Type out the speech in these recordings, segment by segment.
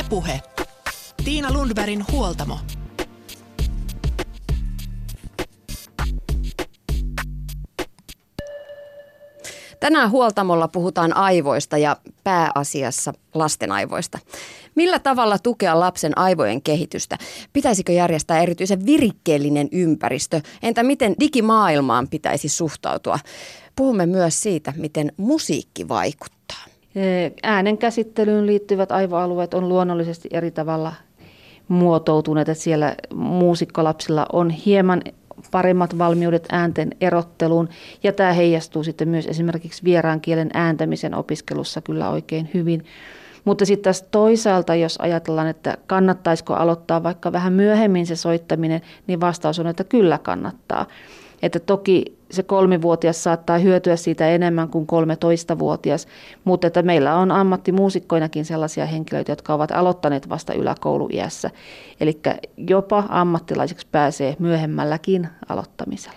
Yle Puhe. Tiina Lundbergin huoltamo. Tänään huoltamolla puhutaan aivoista ja pääasiassa lasten aivoista. Millä tavalla tukea lapsen aivojen kehitystä? Pitäisikö järjestää erityisen virikkeellinen ympäristö? Entä miten digimaailmaan pitäisi suhtautua? Puhumme myös siitä, miten musiikki vaikuttaa. Äänen käsittelyyn liittyvät aivoalueet on luonnollisesti eri tavalla muotoutuneet, että siellä muusikkolapsilla on hieman paremmat valmiudet äänten erotteluun, ja tämä heijastuu sitten myös esimerkiksi vieraan kielen ääntämisen opiskelussa kyllä oikein hyvin. Mutta sitten taas toisaalta, jos ajatellaan, että kannattaisiko aloittaa vaikka vähän myöhemmin se soittaminen, niin vastaus on, että kyllä kannattaa. Että toki se 3-vuotias saattaa hyötyä siitä enemmän kuin 13-vuotias, mutta että meillä on ammattimuusikkoinakin sellaisia henkilöitä, jotka ovat aloittaneet vasta yläkouluiässä. Eli jopa ammattilaiseksi pääsee myöhemmälläkin aloittamisella.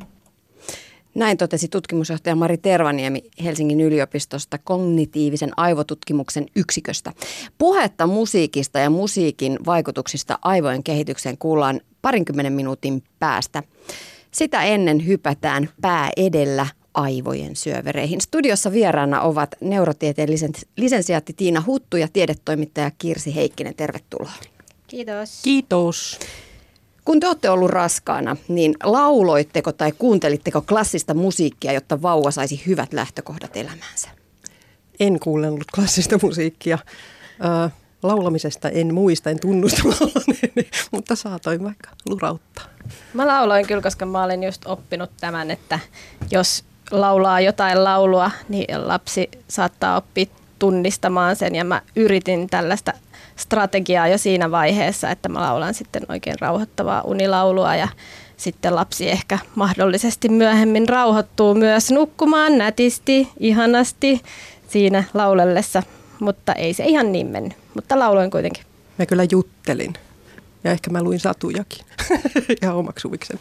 Näin totesi tutkimusjohtaja Mari Tervaniemi Helsingin yliopistosta kognitiivisen aivotutkimuksen yksiköstä. Puhetta musiikista ja musiikin vaikutuksista aivojen kehitykseen kuullaan 20 minuutin päästä. Sitä ennen hypätään pää edellä aivojen syövereihin. Studiossa vieraana ovat neurotieteen lisensiaatti Tiina Huttu ja tiedetoimittaja Kirsi Heikkinen. Tervetuloa. Kiitos. Kiitos. Kun te olette ollut raskaana, niin lauloitteko tai kuuntelitteko klassista musiikkia, jotta vauva saisi hyvät lähtökohdat elämäänsä? En kuunnellut klassista musiikkia. Laulamisesta en muista, en tunnusta laulaneeni, mutta saatoin vaikka lurauttaa. Mä lauloin kyllä, koska mä olen just oppinut tämän, että jos laulaa jotain laulua, niin lapsi saattaa oppia tunnistamaan sen. Ja mä yritin tällaista strategiaa jo siinä vaiheessa, että mä laulan sitten oikein rauhoittavaa unilaulua ja sitten lapsi ehkä mahdollisesti myöhemmin rauhoittuu myös nukkumaan nätisti, ihanasti siinä laulellessa, mutta ei se ihan niin mennyt, mutta lauloin kuitenkin. Mä kyllä juttelin ja ehkä mä luin satujakin ihan omaksi huvikseni.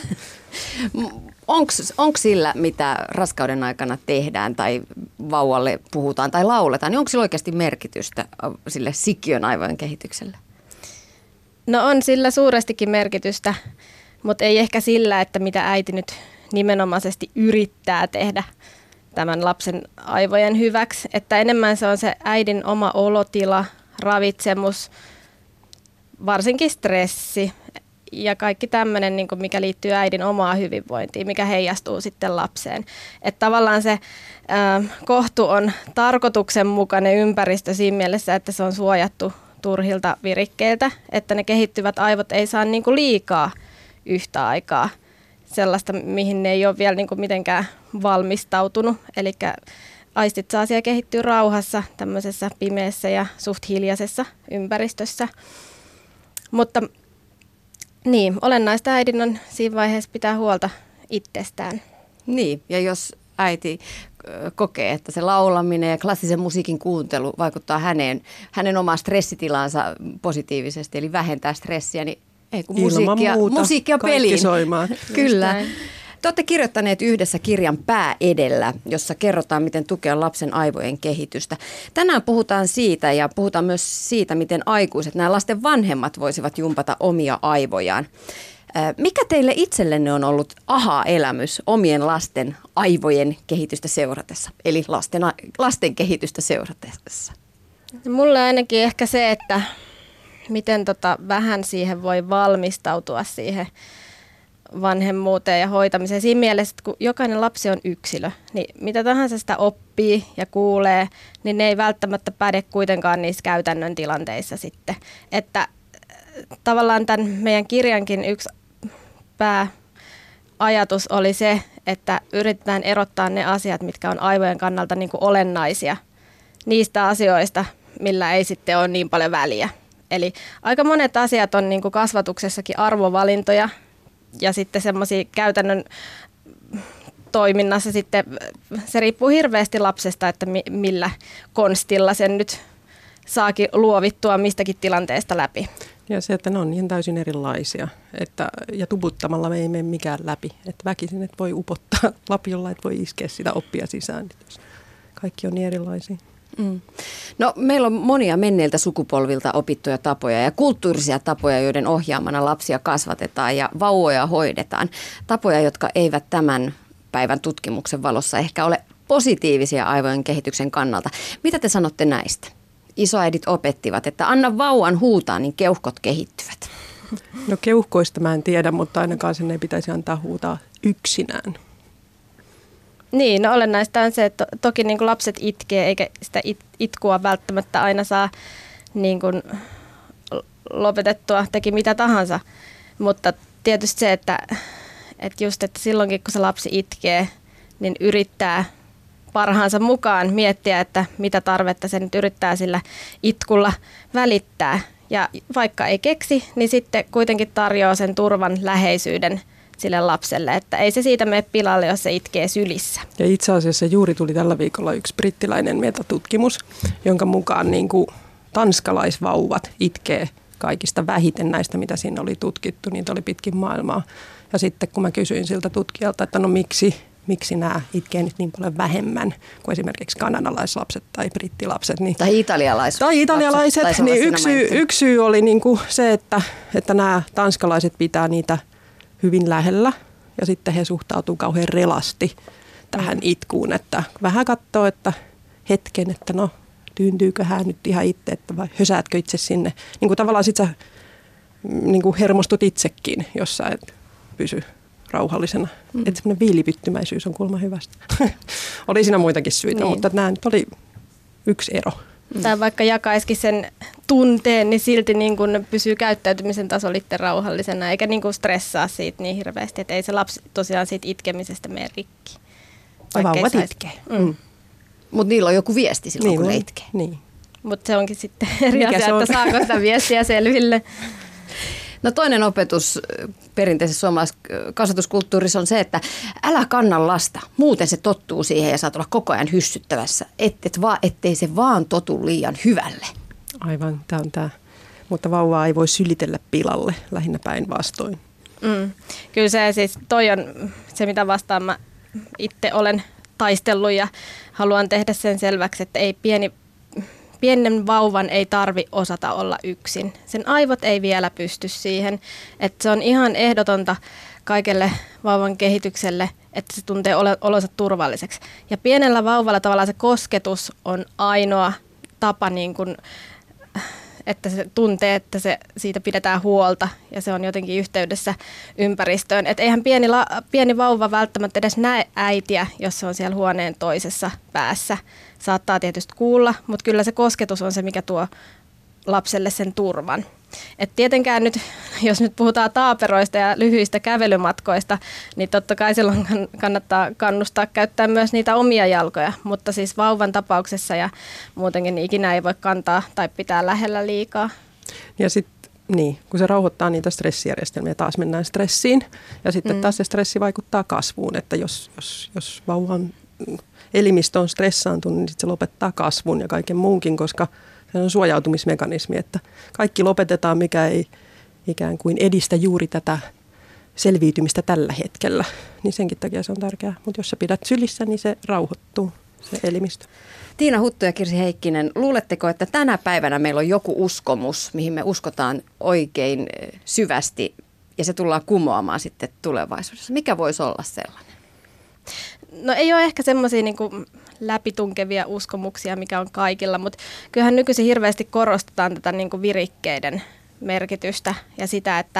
Onko sillä, mitä raskauden aikana tehdään tai vauvalle puhutaan tai lauletaan, niin onko sillä oikeasti merkitystä sille sikiön aivojen kehitykselle? No on sillä suurestikin merkitystä, mutta ei ehkä sillä, että mitä äiti nyt nimenomaisesti yrittää tehdä tämän lapsen aivojen hyväksi. Että enemmän se on se äidin oma olotila, ravitsemus, varsinkin stressi ja kaikki tämmöinen, niin mikä liittyy äidin omaan hyvinvointiin, mikä heijastuu sitten lapseen. Että tavallaan se kohtu on tarkoituksenmukainen ympäristö siinä mielessä, että se on suojattu turhilta virikkeiltä, että ne kehittyvät aivot ei saa niin kuin liikaa yhtä aikaa sellaista, mihin ne ei ole vielä niin kuin mitenkään valmistautunut. Eli aistit saa siellä kehittyä rauhassa tämmöisessä pimeässä ja suht hiljaisessa ympäristössä. Mutta niin, olennaista äidin on siinä vaiheessa pitää huolta itsestään. Niin, ja jos äiti kokee, että se laulaminen ja klassisen musiikin kuuntelu vaikuttaa hänen omaan stressitilansa positiivisesti, eli vähentää stressiä, niin ei kun musiikkia peliin. Soimaan. Kyllä. Te olette kirjoittaneet yhdessä kirjan Pää edellä, jossa kerrotaan, miten tukea lapsen aivojen kehitystä. Tänään puhutaan siitä ja puhutaan myös siitä, miten aikuiset, nämä lasten vanhemmat voisivat jumpata omia aivojaan. Mikä teille itsellenne on ollut aha-elämys omien lasten aivojen kehitystä seuratessa, eli lasten kehitystä seuratessa? Mulle ainakin ehkä se, että miten vähän siihen voi valmistautua siihen vanhemmuuteen ja hoitamiseen. Siinä mielessä, että kun jokainen lapsi on yksilö, niin mitä tahansa sitä oppii ja kuulee, niin ne ei välttämättä päde kuitenkaan niissä käytännön tilanteissa sitten. Että tavallaan tämän meidän kirjankin yksi pääajatus oli se, että yritetään erottaa ne asiat, mitkä on aivojen kannalta niin kuin olennaisia niistä asioista, millä ei sitten ole niin paljon väliä. Eli aika monet asiat on niin kuin kasvatuksessakin arvovalintoja ja sitten semmoisia käytännön toiminnassa sitten se riippuu hirveästi lapsesta, että millä konstilla sen nyt saakin luovittua mistäkin tilanteesta läpi. Ja se, että ne on niin täysin erilaisia, ja tuputtamalla me ei mene mikään läpi. Että väkisin, että voi upottaa lapiolla, että voi iskeä sitä oppia sisään. Kaikki on niin erilaisia. No, meillä on monia menneiltä sukupolvilta opittuja tapoja ja kulttuurisia tapoja, joiden ohjaamana lapsia kasvatetaan ja vauvoja hoidetaan. Tapoja, jotka eivät tämän päivän tutkimuksen valossa ehkä ole positiivisia aivojen kehityksen kannalta. Mitä te sanotte näistä? Isoäidit opettivat, että anna vauvan huutaa, niin keuhkot kehittyvät. No keuhkoista mä en tiedä, mutta ainakaan sen ei pitäisi antaa huutaa yksinään. Niin, no olennaista on se, että toki niin kuin lapset itkee, eikä sitä itkua välttämättä aina saa niin kuin lopetettua, teki mitä tahansa. Mutta tietysti se, että just, että silloinkin kun se lapsi itkee, niin yrittää parhaansa mukaan miettiä, että mitä tarvetta se nyt yrittää sillä itkulla välittää. Ja vaikka ei keksi, niin sitten kuitenkin tarjoaa sen turvan läheisyyden sille lapselle, että ei se siitä mene pilalle, jos se itkee sylissä. Ja itse asiassa juuri tuli tällä viikolla yksi brittiläinen metatutkimus, jonka mukaan niin kuin tanskalaisvauvat itkee kaikista vähiten näistä, mitä siinä oli tutkittu. Niitä oli pitkin maailmaa. Ja sitten kun mä kysyin siltä tutkijalta, että no miksi nämä itkee nyt niin paljon vähemmän kuin esimerkiksi kanadalaislapset tai brittilapset. Niin, tai italialaiset. Niin yksi syy oli niin kuin se, että nämä tanskalaiset pitää niitä hyvin lähellä ja sitten he suhtautuu kauhean relasti tähän itkuun, että vähän katsoo, että hetken, että no tyyntyykö hän nyt ihan itse, että vai hösäätkö itse sinne. Niin kuin tavallaan sit sä niin kuin hermostut itsekin, jos sä et pysy rauhallisena. Että semmoinen viilipyttymäisyys on kuulemma hyvästä. Oli siinä muitakin syitä, niin. Mutta nämä nyt oli yksi ero. Tai vaikka jakaisikin sen tunteen, niin silti niin kun pysyy käyttäytymisen tasolla itse rauhallisena, eikä niin kun stressaa siitä niin hirveästi, että ei se lapsi tosiaan siitä itkemisestä mene rikki. Vauvat itkee. Mutta niillä on joku viesti silloin, niin, kun ne itkee. Niin. Mutta se onkin sitten eri asia, että saako sitä viestiä selville. No toinen opetus perinteisessä suomalaisessa kasvatuskulttuurissa on se, että älä kanna lasta, muuten se tottuu siihen ja saat olla koko ajan hyssyttävässä, ettei se vaan totu liian hyvälle. Aivan, tämä on tämä. Mutta vauvaa ei voi sylitellä pilalle, lähinnä päinvastoin. Kyllä se siis, toi on se mitä vastaan mä itse olen taistellut ja haluan tehdä sen selväksi, että ei pienen vauvan ei tarvi osata olla yksin. Sen aivot ei vielä pysty siihen, että se on ihan ehdotonta kaikelle vauvan kehitykselle, että se tuntee olonsa turvalliseksi. Ja pienellä vauvalla tavallaan se kosketus on ainoa tapa, niin kuin, että se tuntee, että siitä pidetään huolta ja se on jotenkin yhteydessä ympäristöön. Että eihän pieni vauva välttämättä edes näe äitiä, jos se on siellä huoneen toisessa päässä. Saattaa tietysti kuulla, mutta kyllä se kosketus on se, mikä tuo lapselle sen turvan. Et tietenkään nyt, jos nyt puhutaan taaperoista ja lyhyistä kävelymatkoista, niin totta kai silloin kannattaa kannustaa käyttää myös niitä omia jalkoja, mutta siis vauvan tapauksessa ja muutenkin niin ikinä ei voi kantaa tai pitää lähellä liikaa. Ja sitten niin, kun se rauhoittaa niitä stressijärjestelmiä, taas mennään stressiin ja sitten taas se stressi vaikuttaa kasvuun, että jos vauvan elimistö on stressaantunut, niin sitten se lopettaa kasvun ja kaiken muunkin, koska se on suojautumismekanismi, että kaikki lopetetaan, mikä ei ikään kuin edistä juuri tätä selviytymistä tällä hetkellä. Niin senkin takia se on tärkeää. Mutta jos sä pidät sylissä, niin se rauhoittuu, se elimistö. Tiina Huttu ja Kirsi Heikkinen, luuletteko, että tänä päivänä meillä on joku uskomus, mihin me uskotaan oikein syvästi ja se tullaan kumoamaan sitten tulevaisuudessa? Mikä voisi olla sellainen? No ei ole ehkä semmoisia niin kuin läpitunkevia uskomuksia, mikä on kaikilla, mutta kyllähän nykyisin hirveästi korostetaan tätä niin kuin virikkeiden merkitystä ja sitä, että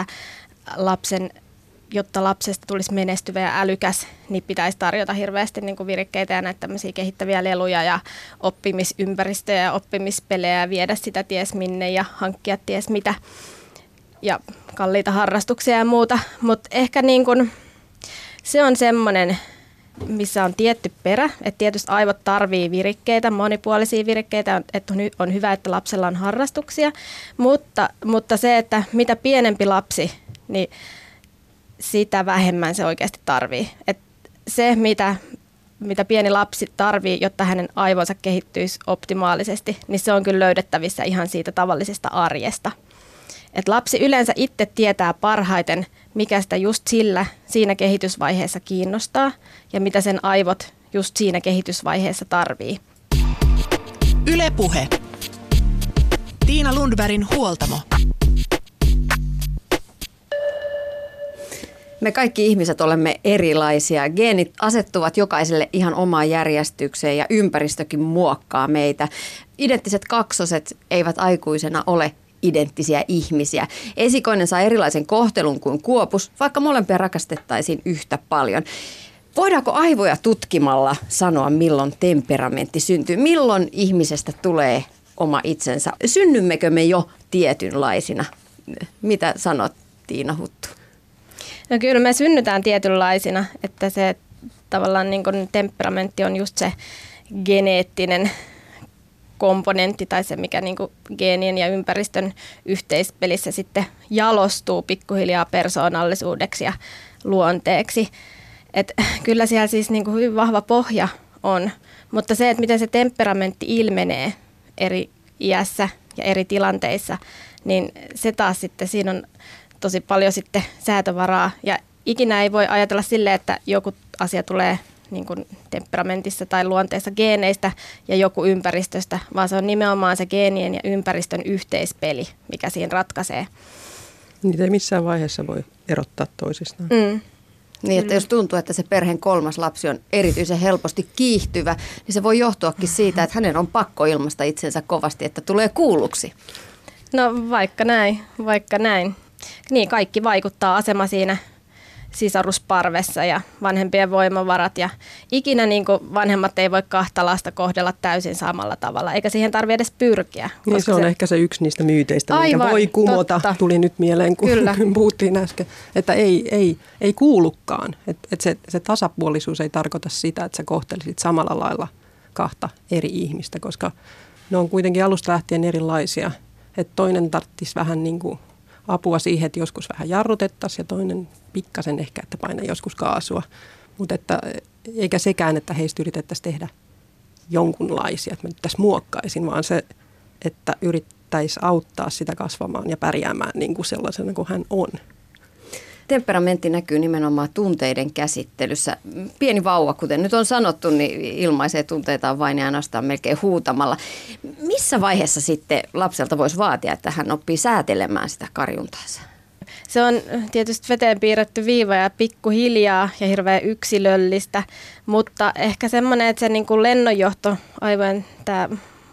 jotta lapsesta tulisi menestyvä ja älykäs, niin pitäisi tarjota hirveästi niin kuin virikkeitä ja näitä tämmöisiä kehittäviä leluja ja oppimisympäristöjä ja oppimispelejä ja viedä sitä ties minne ja hankkia ties mitä ja kalliita harrastuksia ja muuta, mutta ehkä niin kuin se on semmoinen, missä on tietty perä, että tietysti aivot tarvii virikkeitä, monipuolisia virikkeitä, että on hyvä, että lapsella on harrastuksia, mutta se, että mitä pienempi lapsi, niin sitä vähemmän se oikeasti tarvii. Et se, mitä pieni lapsi tarvii, jotta hänen aivonsa kehittyisi optimaalisesti, niin se on kyllä löydettävissä ihan siitä tavallisesta arjesta. Et lapsi yleensä itse tietää parhaiten, mikä sitä just siinä kehitysvaiheessa kiinnostaa ja mitä sen aivot just siinä kehitysvaiheessa tarvii. Yle Puhe. Tiina Lundbergin huoltamo. Me kaikki ihmiset olemme erilaisia. Geenit asettuvat jokaiselle ihan omaan järjestykseen ja ympäristökin muokkaa meitä. Identtiset kaksoset eivät aikuisena ole identtisiä ihmisiä. Esikoinen saa erilaisen kohtelun kuin kuopus, vaikka molempia rakastettaisiin yhtä paljon. Voidaanko aivoja tutkimalla sanoa, milloin temperamentti syntyy? Milloin ihmisestä tulee oma itsensä? Synnymmekö me jo tietynlaisina? Mitä sanot, Tiina Huttu? No kyllä me synnytään tietynlaisina, että se tavallaan niin kuin temperamentti on just se geneettinen komponentti tai se, mikä niin kuin geenien ja ympäristön yhteispelissä sitten jalostuu pikkuhiljaa persoonallisuudeksi ja luonteeksi. Et kyllä siellä siis niin kuin hyvin vahva pohja on, mutta se, että miten se temperamentti ilmenee eri iässä ja eri tilanteissa, niin se taas sitten siinä on tosi paljon sitten säätövaraa ja ikinä ei voi ajatella silleen, että joku asia tulee niin kuin temperamentissa tai luonteessa geeneistä ja joku ympäristöstä, vaan se on nimenomaan se geenien ja ympäristön yhteispeli, mikä siinä ratkaisee. Niitä ei missään vaiheessa voi erottaa toisistaan. Niin, että jos tuntuu, että se perheen kolmas lapsi on erityisen helposti kiihtyvä, niin se voi johtuakin siitä, että hänen on pakko ilmaista itsensä kovasti, että tulee kuulluksi. No vaikka näin. Niin, kaikki vaikuttaa asema siinä sisarusparvessa ja vanhempien voimavarat ja ikinä niin kuin vanhemmat ei voi kahta lasta kohdella täysin samalla tavalla, eikä siihen tarvitse edes pyrkiä. Niin se on ehkä se yksi niistä myyteistä, minkä voi kumota, totta. Tuli nyt mieleen, kun puhuttiin äsken, että ei kuulukaan. Että se tasapuolisuus ei tarkoita sitä, että sä kohtelisit samalla lailla kahta eri ihmistä, koska ne on kuitenkin alusta lähtien erilaisia. Että toinen tarvitsisi vähän niin kuin apua siihen, että joskus vähän jarrutettaisiin ja toinen pikkasen ehkä, että paina joskus kaasua. Mutta eikä sekään, että heistä yritettäisiin tehdä jonkunlaisia, että mä nyt tässä muokkaisin, vaan se, että yrittäisi auttaa sitä kasvamaan ja pärjäämään niin kuin sellaisena kuin hän on. Temperamentti näkyy nimenomaan tunteiden käsittelyssä. Pieni vauva, kuten nyt on sanottu, niin ilmaisee tunteitaan vain ja ainoastaan melkein huutamalla. Missä vaiheessa sitten lapselta voisi vaatia, että hän oppii säätelemään sitä karjuntaansa? Se on tietysti veteen piirretty viiva ja pikkuhiljaa ja hirveän yksilöllistä, mutta ehkä semmoinen, että se niin kuin lennonjohto, aivan tämä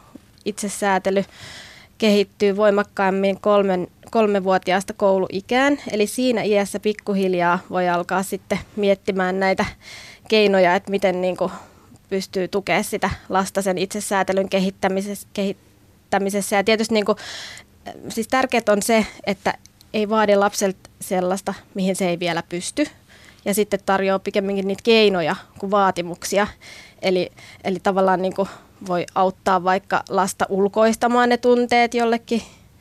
itsesäätely kehittyy voimakkaammin 3-vuotiaasta kouluikään. Eli siinä iässä pikkuhiljaa voi alkaa sitten miettimään näitä keinoja, että miten niin kuin pystyy tukemaan sitä lasta sen itsesäätelyn kehittämisessä. Ja tietysti niin kuin, siis tärkeää on se, että ei vaadi lapselta sellaista, mihin se ei vielä pysty. Ja sitten tarjoaa pikemminkin niitä keinoja kuin vaatimuksia. Eli tavallaan niin kuin voi auttaa vaikka lasta ulkoistamaan ne tunteet jollekin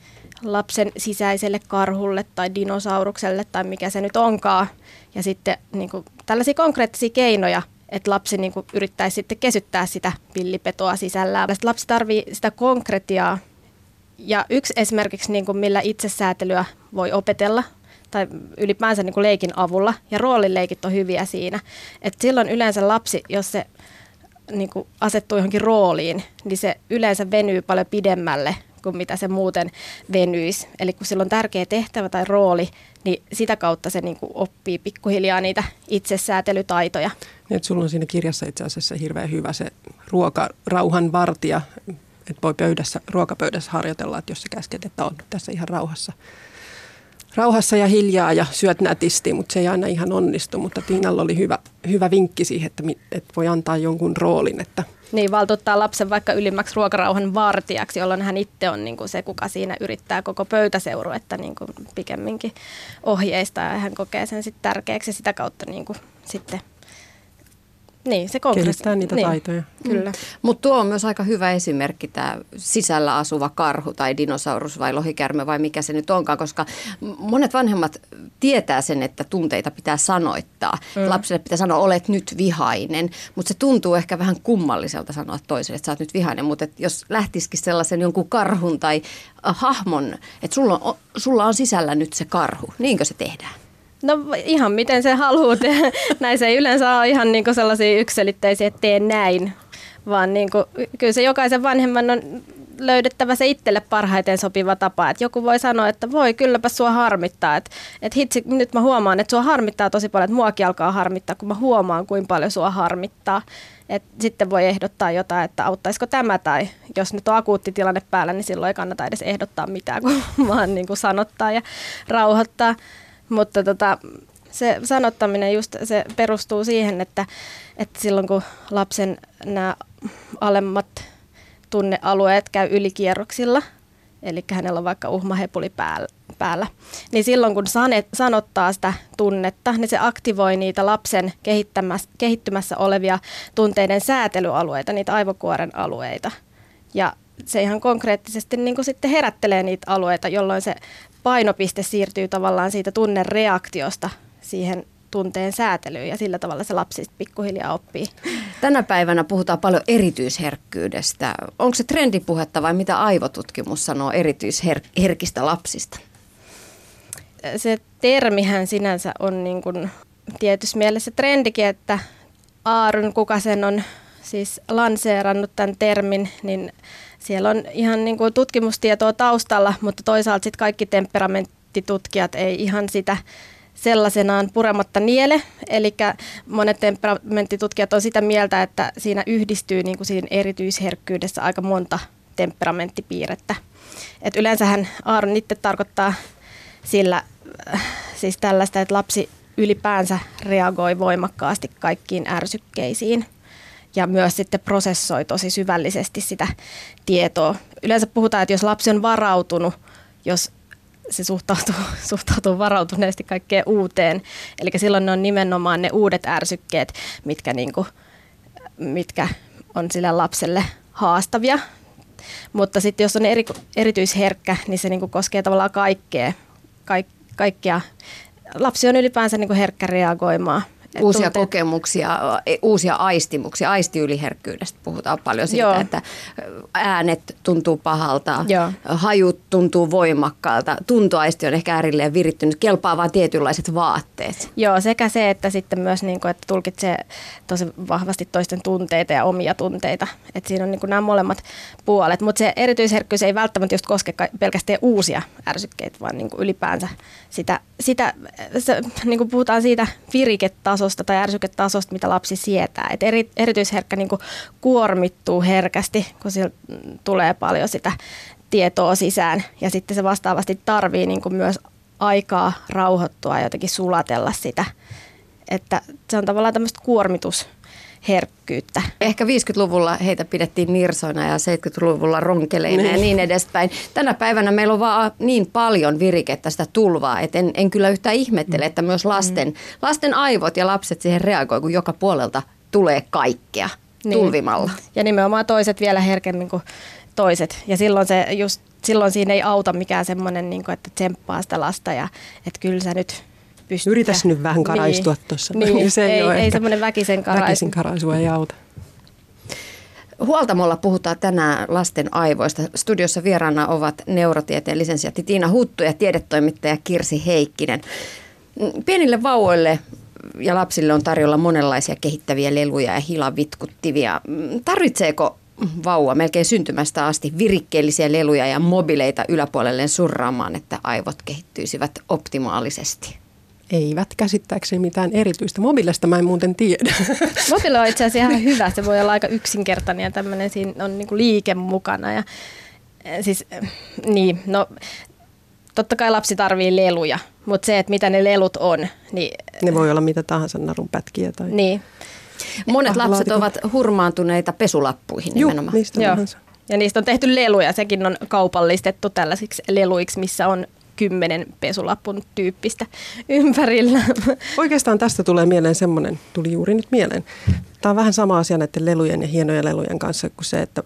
lapsen sisäiselle karhulle tai dinosaurukselle tai mikä se nyt onkaan. Ja sitten niin kuin tällaisia konkreettisia keinoja, että lapsi niin kuin yrittäisi sitten kesyttää sitä villipetoa sisällään. Lapsi tarvitsee sitä konkretiaa. Ja yksi esimerkiksi, niin kuin millä itsesäätelyä voi opetella, tai ylipäänsä niin kuin leikin avulla, ja roolileikit on hyviä siinä. Että silloin yleensä lapsi, jos se niin kuin asettuu johonkin rooliin, niin se yleensä venyy paljon pidemmälle kuin mitä se muuten venyisi. Eli kun sillä on tärkeä tehtävä tai rooli, niin sitä kautta se niin kuin oppii pikkuhiljaa niitä itsesäätelytaitoja. Nyt sulla on siinä kirjassa itse asiassa hirveän hyvä se ruokarauhan vartija, että voi ruokapöydässä harjoitella, että jos sä käsket, että on tässä ihan rauhassa ja hiljaa ja syöt nätisti, mutta se ei aina ihan onnistu. Mutta Tiinalla oli hyvä vinkki siihen, että voi antaa jonkun roolin. Että niin, valtuuttaa lapsen vaikka ylimmäksi ruokarauhan vartijaksi, jolloin hän itse on niin kuin se, kuka siinä yrittää koko pöytäseuruetta niin kuin pikemminkin ohjeistaa ja hän kokee sen sitten tärkeäksi ja sitä kautta niin kuin sitten niin, se kehittää niitä taitoja. Kyllä. Mutta tuo on myös aika hyvä esimerkki, tämä sisällä asuva karhu tai dinosaurus vai lohikärme vai mikä se nyt onkaan, koska monet vanhemmat tietää sen, että tunteita pitää sanoittaa. Lapselle pitää sanoa, olet nyt vihainen, mutta se tuntuu ehkä vähän kummalliselta sanoa toiselle, että sä oot nyt vihainen, mutta jos lähtisikin sellaisen jonkun karhun tai hahmon, että sulla on sisällä nyt se karhu, niinkö se tehdään? No ihan miten se haluaa. Näin se ei yleensä ole ihan niin sellaisia yksiselitteisiä, että tee näin, vaan niin kuin, kyllä se jokaisen vanhemman on löydettävä se itselle parhaiten sopiva tapa. Et joku voi sanoa, että voi kylläpä sua harmittaa, että hitsi, nyt mä huomaan, että sua harmittaa tosi paljon, että muakin alkaa harmittaa, kun mä huomaan, kuinka paljon sua harmittaa. Et sitten voi ehdottaa jotain, että auttaisiko tämä, tai jos nyt on akuutti tilanne päällä, niin silloin ei kannata edes ehdottaa mitään, kun vaan niin kuin sanottaa ja rauhoittaa. Mutta se sanottaminen just se perustuu siihen, että silloin kun lapsen nämä alemmat tunnealueet käy ylikierroksilla, eli hänellä on vaikka uhmahepuli päällä, niin silloin kun sanottaa sitä tunnetta, niin se aktivoi niitä lapsen kehittymässä olevia tunteiden säätelyalueita, niitä aivokuoren alueita. Ja se ihan konkreettisesti niin kuin sitten herättelee niitä alueita, jolloin se painopiste siirtyy tavallaan siitä tunnereaktiosta siihen tunteen säätelyyn ja sillä tavalla se lapsi pikkuhiljaa oppii. Tänä päivänä puhutaan paljon erityisherkkyydestä. Onko se trendipuhetta vai mitä aivotutkimus sanoo erityisherkistä lapsista? Se termihän sinänsä on niin kuin tietyssä mielessä trendikin, että Aaryn, kuka sen on siis lanseerannut tämän termin, niin siellä on ihan niin kuin tutkimustietoa taustalla, mutta toisaalta sitten kaikki temperamenttitutkijat ei ihan sitä sellaisenaan purematta niele. Eli monet temperamenttitutkijat on sitä mieltä, että siinä yhdistyy niin kuin siinä erityisherkkyydessä aika monta temperamenttipiirrettä. Et yleensähän Aaron itse tarkoittaa sillä siis tällaista, että lapsi ylipäänsä reagoi voimakkaasti kaikkiin ärsykkeisiin ja myös sitten prosessoi tosi syvällisesti sitä tietoa. Yleensä puhutaan, että jos lapsi on varautunut, jos se suhtautuu varautuneesti kaikkeen uuteen. Eli silloin ne on nimenomaan ne uudet ärsykkeet, mitkä on sille lapselle haastavia. Mutta sitten jos on erityisherkkä, niin se niinku koskee tavallaan kaikkea. Lapsi on ylipäänsä niinku herkkä reagoimaan. Uusia kokemuksia, uusia aistimuksia, aistiyliherkkyydestä puhutaan paljon siitä, että äänet tuntuu pahalta, hajut tuntuu voimakkaalta, tuntoaisti on ehkä ärilleen virittynyt, kelpaa vaan tietynlaiset vaatteet. Joo, sekä se, että sitten myös, että tulkitsee tosi vahvasti toisten tunteita ja omia tunteita, että siinä on nämä molemmat puolet, mutta se erityisherkkyys ei välttämättä just koske pelkästään uusia ärsykkeitä, vaan ylipäänsä sitä puhutaan siitä viriketasosta tai ärsyketasosta, mitä lapsi sietää. Et erityisherkkä kuormittuu herkästi, kun sillä tulee paljon sitä tietoa sisään. Ja sitten se vastaavasti tarvii myös aikaa rauhoittua ja jotenkin sulatella sitä. Että se on tavallaan tämmöistä kuormitusherkkyyttä. Ehkä 50-luvulla heitä pidettiin nirsoina ja 70-luvulla ronkeleina ja niin edespäin. Tänä päivänä meillä on vaan niin paljon virikettä sitä tulvaa, että en kyllä yhtään ihmettele, että myös lasten aivot ja lapset siihen reagoi, kun joka puolelta tulee kaikkea tulvimalla. Ja nimenomaan toiset vielä herkemmin kuin toiset. Ja silloin siinä ei auta mikään semmoinen, että tsemppaa sitä lasta ja että kyllä sä nyt pystyt. Yritäs nyt vähän karaistua tuossa. Niin, ei semmoinen väkisen karaisu. Väkisin karaisu ei auta. Huoltamolla puhutaan tänään lasten aivoista. Studiossa vieraana ovat neurotieteen lisensiaatti Tiina Huttu ja tiedetoimittaja Kirsi Heikkinen. Pienille vauvoille ja lapsille on tarjolla monenlaisia kehittäviä leluja ja hilavitkuttivia. Tarvitseeko vauva melkein syntymästä asti virikkeellisiä leluja ja mobileita yläpuolelleen surraamaan, että aivot kehittyisivät optimaalisesti? Eivät käsittääkseni mitään erityistä. Mobilesta mä en muuten tiedä. Mobile on itse asiassa ihan hyvä. Se voi olla aika yksinkertainen ja tämmöinen, siinä on liike mukana. Ja, siis, totta kai lapsi tarvii leluja, mutta se, että mitä ne lelut on. Niin, ne voi olla mitä tahansa narunpätkiä. Tai... Niin. Monet lapset ovat hurmaantuneita pesulappuihin nimenomaan. Niistä tahansa. Ja niistä on tehty leluja. Sekin on kaupallistettu tällaisiksi leluiksi, missä on 10 pesulappun tyyppistä ympärillä. Oikeastaan tästä tulee mieleen semmoinen, tuli juuri nyt mieleen. Tämä on vähän sama asia näiden lelujen ja hienojen lelujen kanssa kuin se, että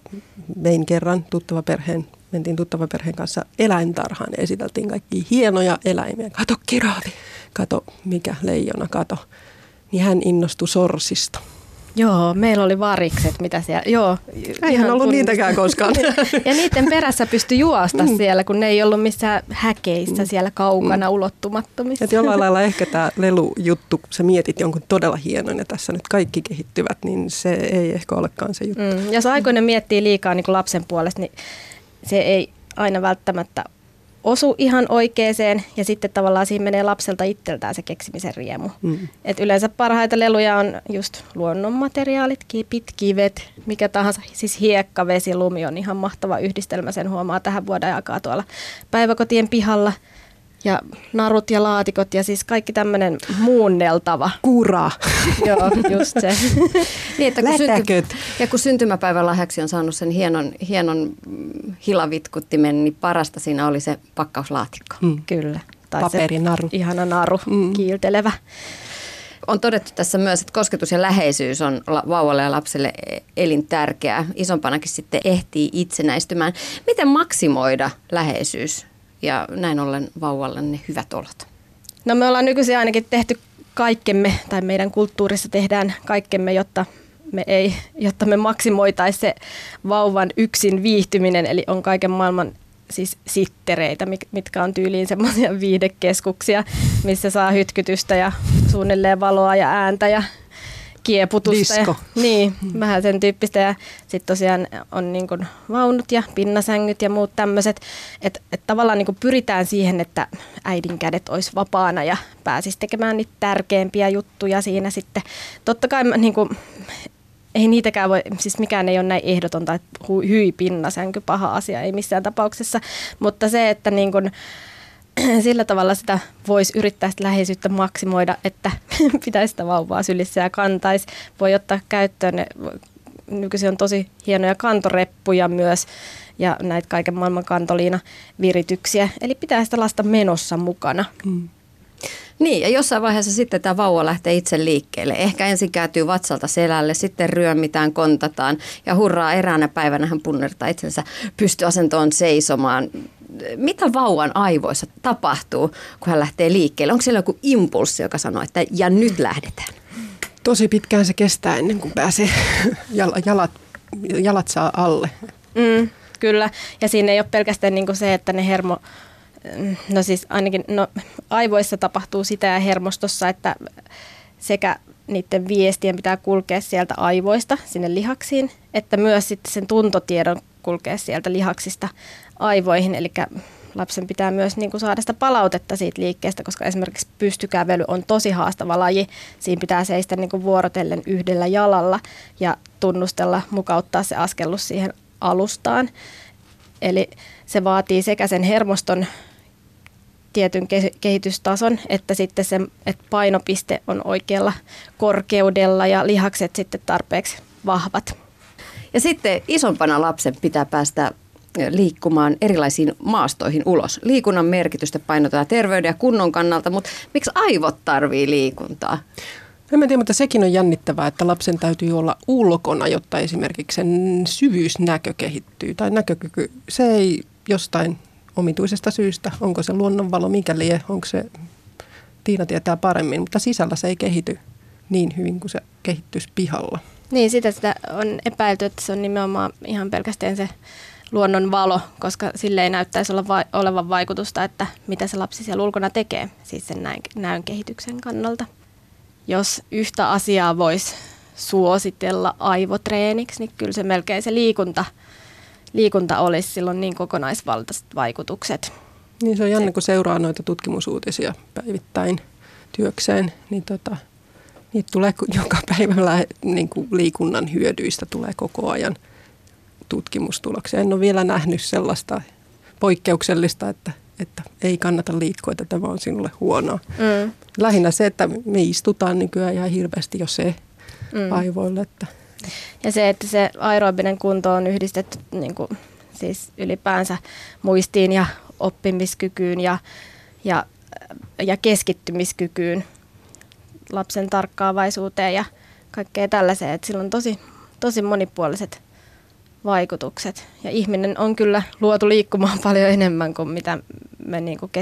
mentiin tuttavaperheen kanssa eläintarhaan ja esiteltiin kaikki hienoja eläimiä. Kato kiraavi, kato mikä leijona, kato. Niin hän innostui sorsista. Joo, meillä oli varikset, mitä siellä, joo. Eihän ollut niitäkään koskaan. Ja niiden perässä pystyi juosta siellä, kun ne ei ollut missään häkeissä siellä kaukana ulottumattomissa. Et jollain lailla ehkä tämä lelujuttu, kun sä mietit jonkun todella hienon ja tässä nyt kaikki kehittyvät, niin se ei ehkä olekaan se juttu. Jos aikuinen miettii liikaa niin kuin lapsen puolesta, niin se ei aina välttämättä osu ihan oikeeseen ja sitten tavallaan siinä menee lapselta itseltään se keksimisen riemu. Et yleensä parhaita leluja on just luonnonmateriaalit, kipit, kivet, mikä tahansa. Siis hiekka, vesi, lumi on ihan mahtava yhdistelmä, sen huomaa tähän vuoden aikaa tuolla päiväkotien pihalla. Ja narut ja laatikot ja siis kaikki tämmöinen muunneltava. Kura. Joo, just se. Niin, että kun syntymäpäivän lahjaksi on saanut sen hienon hilavitkuttimen, niin parasta siinä oli se pakkauslaatikko. Kyllä. Tai paperinaru. Se ihana naru, kiiltelevä. On todettu tässä myös, että kosketus ja läheisyys on vauvalle ja lapselle elintärkeää. Isompanakin sitten ehtii itsenäistymään. Miten maksimoida läheisyys ja näin ollen vauvalle ne hyvät olot? No me ollaan nykyisin ainakin tehty kaikkemme, tai meidän kulttuurissa tehdään kaikkemme, jotta me maksimoitaisiin se vauvan yksin viihtyminen, eli on kaiken maailman siis sittereitä, mitkä on tyyliin semmoisia viihdekeskuksia, missä saa hytkytystä ja suunnilleen valoa ja ääntä ja kieputusta. Disko. Niin, vähän sen tyyppistä. Ja sitten tosiaan on niin kuin vaunut ja pinnasängyt ja muut tämmöiset. Että tavallaan niin kuin pyritään siihen, että äidin kädet olisi vapaana ja pääsisi tekemään niitä tärkeimpiä juttuja siinä sitten. Totta kai niin kuin, ei niitäkään voi, siis mikään ei ole näin ehdotonta, että hyi pinnasänky, paha asia, ei missään tapauksessa. Mutta se, että niin kuin, sillä tavalla sitä voisi yrittää sitä läheisyyttä maksimoida, että pitäisi sitä vauvaa sylissä ja kantaisi. Voi ottaa käyttöön, nykyisin on tosi hienoja kantoreppuja myös ja näitä kaiken maailman kantoliinavirityksiä. Eli pitää sitä lasta menossa mukana. Niin, ja jossain vaiheessa sitten tämä vauva lähtee itse liikkeelle. Ehkä ensin kääntyy vatsalta selälle, sitten ryömitään, kontataan ja hurraa, eräänä päivänä hän punnertaa itsensä pystyasentoon seisomaan. Mitä vauvan aivoissa tapahtuu, kun hän lähtee liikkeelle? Onko siellä joku impulssi, joka sanoo, että ja nyt lähdetään? Tosi pitkään se kestää ennen kuin pääsee jalat saa alle. Kyllä, ja siinä ei ole pelkästään niinku se, että ne no siis ainakin aivoissa tapahtuu sitä ja hermostossa, että sekä niiden viestien pitää kulkea sieltä aivoista sinne lihaksiin, että myös sitten sen tuntotiedon kulkea sieltä lihaksista aivoihin, eli lapsen pitää myös niin kuin saada sitä palautetta siitä liikkeestä, koska esimerkiksi pystykävely on tosi haastava laji. Siinä pitää seistä niin kuin vuorotellen yhdellä jalalla ja tunnustella, mukauttaa se askellus siihen alustaan. Eli se vaatii sekä sen hermoston tietyn kehitystason, että sitten se, että painopiste on oikealla korkeudella ja lihakset sitten tarpeeksi vahvat. Ja sitten isompana lapsen pitää päästä liikkumaan erilaisiin maastoihin ulos. Liikunnan merkitystä painotetaan terveyden ja kunnon kannalta, mutta miksi aivot tarvii liikuntaa? En tiedä, mutta sekin on jännittävää, että lapsen täytyy olla ulkona, jotta esimerkiksi sen syvyysnäkö kehittyy. Tai näkökyky, se ei jostain omituisesta syystä, onko se luonnonvalo, mikä lie, onko se, Tiina tietää paremmin, mutta sisällä se ei kehity niin hyvin kuin se kehittyisi pihalla. Niin, sitä on epäilty, että se on nimenomaan ihan pelkästään se luonnonvalo, koska sille ei näyttäisi olevan vaikutusta, että mitä se lapsi siellä ulkona tekee, siis sen näön kehityksen kannalta. Jos yhtä asiaa voisi suositella aivotreeniksi, niin kyllä se melkein se liikunta olisi silloin niin kokonaisvaltaiset vaikutukset. Niin se on jännä, kun seuraa noita tutkimusuutisia päivittäin työkseen, niin niitä tulee joka päivä niin kuin liikunnan hyödyistä tulee koko ajan tutkimustuloksia. En ole vielä nähnyt sellaista poikkeuksellista, että ei kannata liikkua, että tämä on sinulle huonoa. Lähinnä se, että me istutaan nykyään ihan hirveästi jo se aivoille. Ja se, että se aerobinen kunto on yhdistetty niin kuin, siis ylipäänsä muistiin ja oppimiskykyyn ja keskittymiskykyyn, lapsen tarkkaavaisuuteen ja kaikkea tällaiseen. Että sillä on tosi monipuoliset vaikutukset. Ja ihminen on kyllä luotu liikkumaan paljon enemmän kuin mitä me niin kuin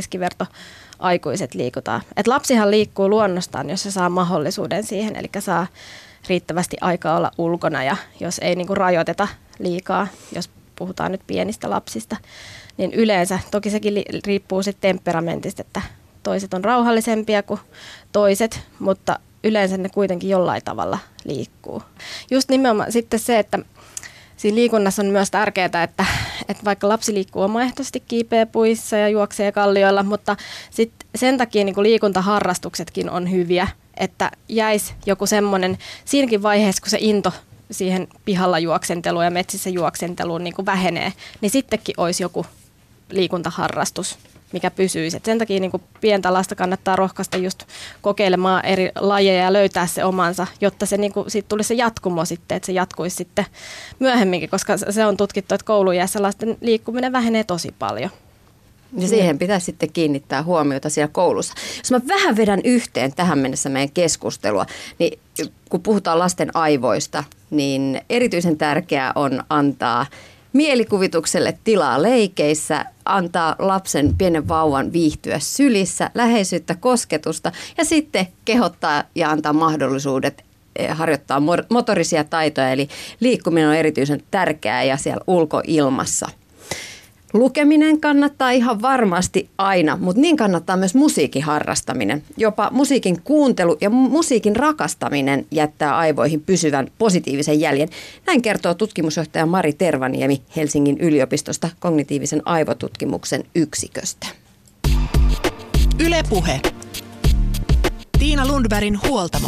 keskivertoaikuiset liikutaan. Et lapsihan liikkuu luonnostaan, jos se saa mahdollisuuden siihen, eli saa riittävästi aikaa olla ulkona ja jos ei niin kuin rajoiteta liikaa, jos puhutaan nyt pienistä lapsista, niin yleensä, toki sekin riippuu sitten temperamentista, että toiset on rauhallisempia kuin toiset, mutta yleensä ne kuitenkin jollain tavalla liikkuu. Just nimenomaan sitten se, että siinä liikunnassa on myös tärkeää, että vaikka lapsi liikkuu omaehtoisesti, kiipeä puissa ja juoksee kallioilla, mutta sitten sen takia niin kuin liikuntaharrastuksetkin on hyviä, että jäisi joku semmoinen siinäkin vaiheessa, kun se into siihen pihalla juoksenteluun ja metsissä juoksenteluun niin kuin vähenee, niin sittenkin olisi joku liikuntaharrastus, mikä pysyisi. Et sen takia niin kuin pientä lasta kannattaa rohkaista just kokeilemaan eri lajeja ja löytää se omansa, jotta se, niin kuin, siitä tulisi se jatkumo sitten, että se jatkuisi sitten myöhemminkin, koska se on tutkittu, että kouluiässä lasten liikkuminen vähenee tosi paljon. Ja siihen pitää sitten kiinnittää huomiota siellä koulussa. Jos mä vähän vedän yhteen tähän mennessä meidän keskustelua, niin kun puhutaan lasten aivoista, niin erityisen tärkeää on antaa mielikuvitukselle tilaa leikeissä, antaa lapsen pienen vauvan viihtyä sylissä, läheisyyttä, kosketusta ja sitten kehottaa ja antaa mahdollisuudet harjoittaa motorisia taitoja, eli liikkuminen on erityisen tärkeää ja siellä ulkoilmassa. Lukeminen kannattaa ihan varmasti aina, mutta niin kannattaa myös musiikin harrastaminen. Jopa musiikin kuuntelu ja musiikin rakastaminen jättää aivoihin pysyvän positiivisen jäljen. Näin kertoo tutkimusjohtaja Mari Tervaniemi Helsingin yliopistosta kognitiivisen aivotutkimuksen yksiköstä. Yle Puhe. Tiina Lundbergin huoltamo.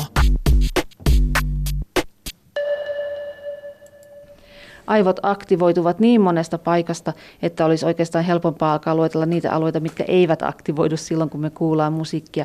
Aivot aktivoituvat niin monesta paikasta, että olisi oikeastaan helpompaa alkaa luetella niitä alueita, mitkä eivät aktivoidu silloin, kun me kuullaan musiikkia.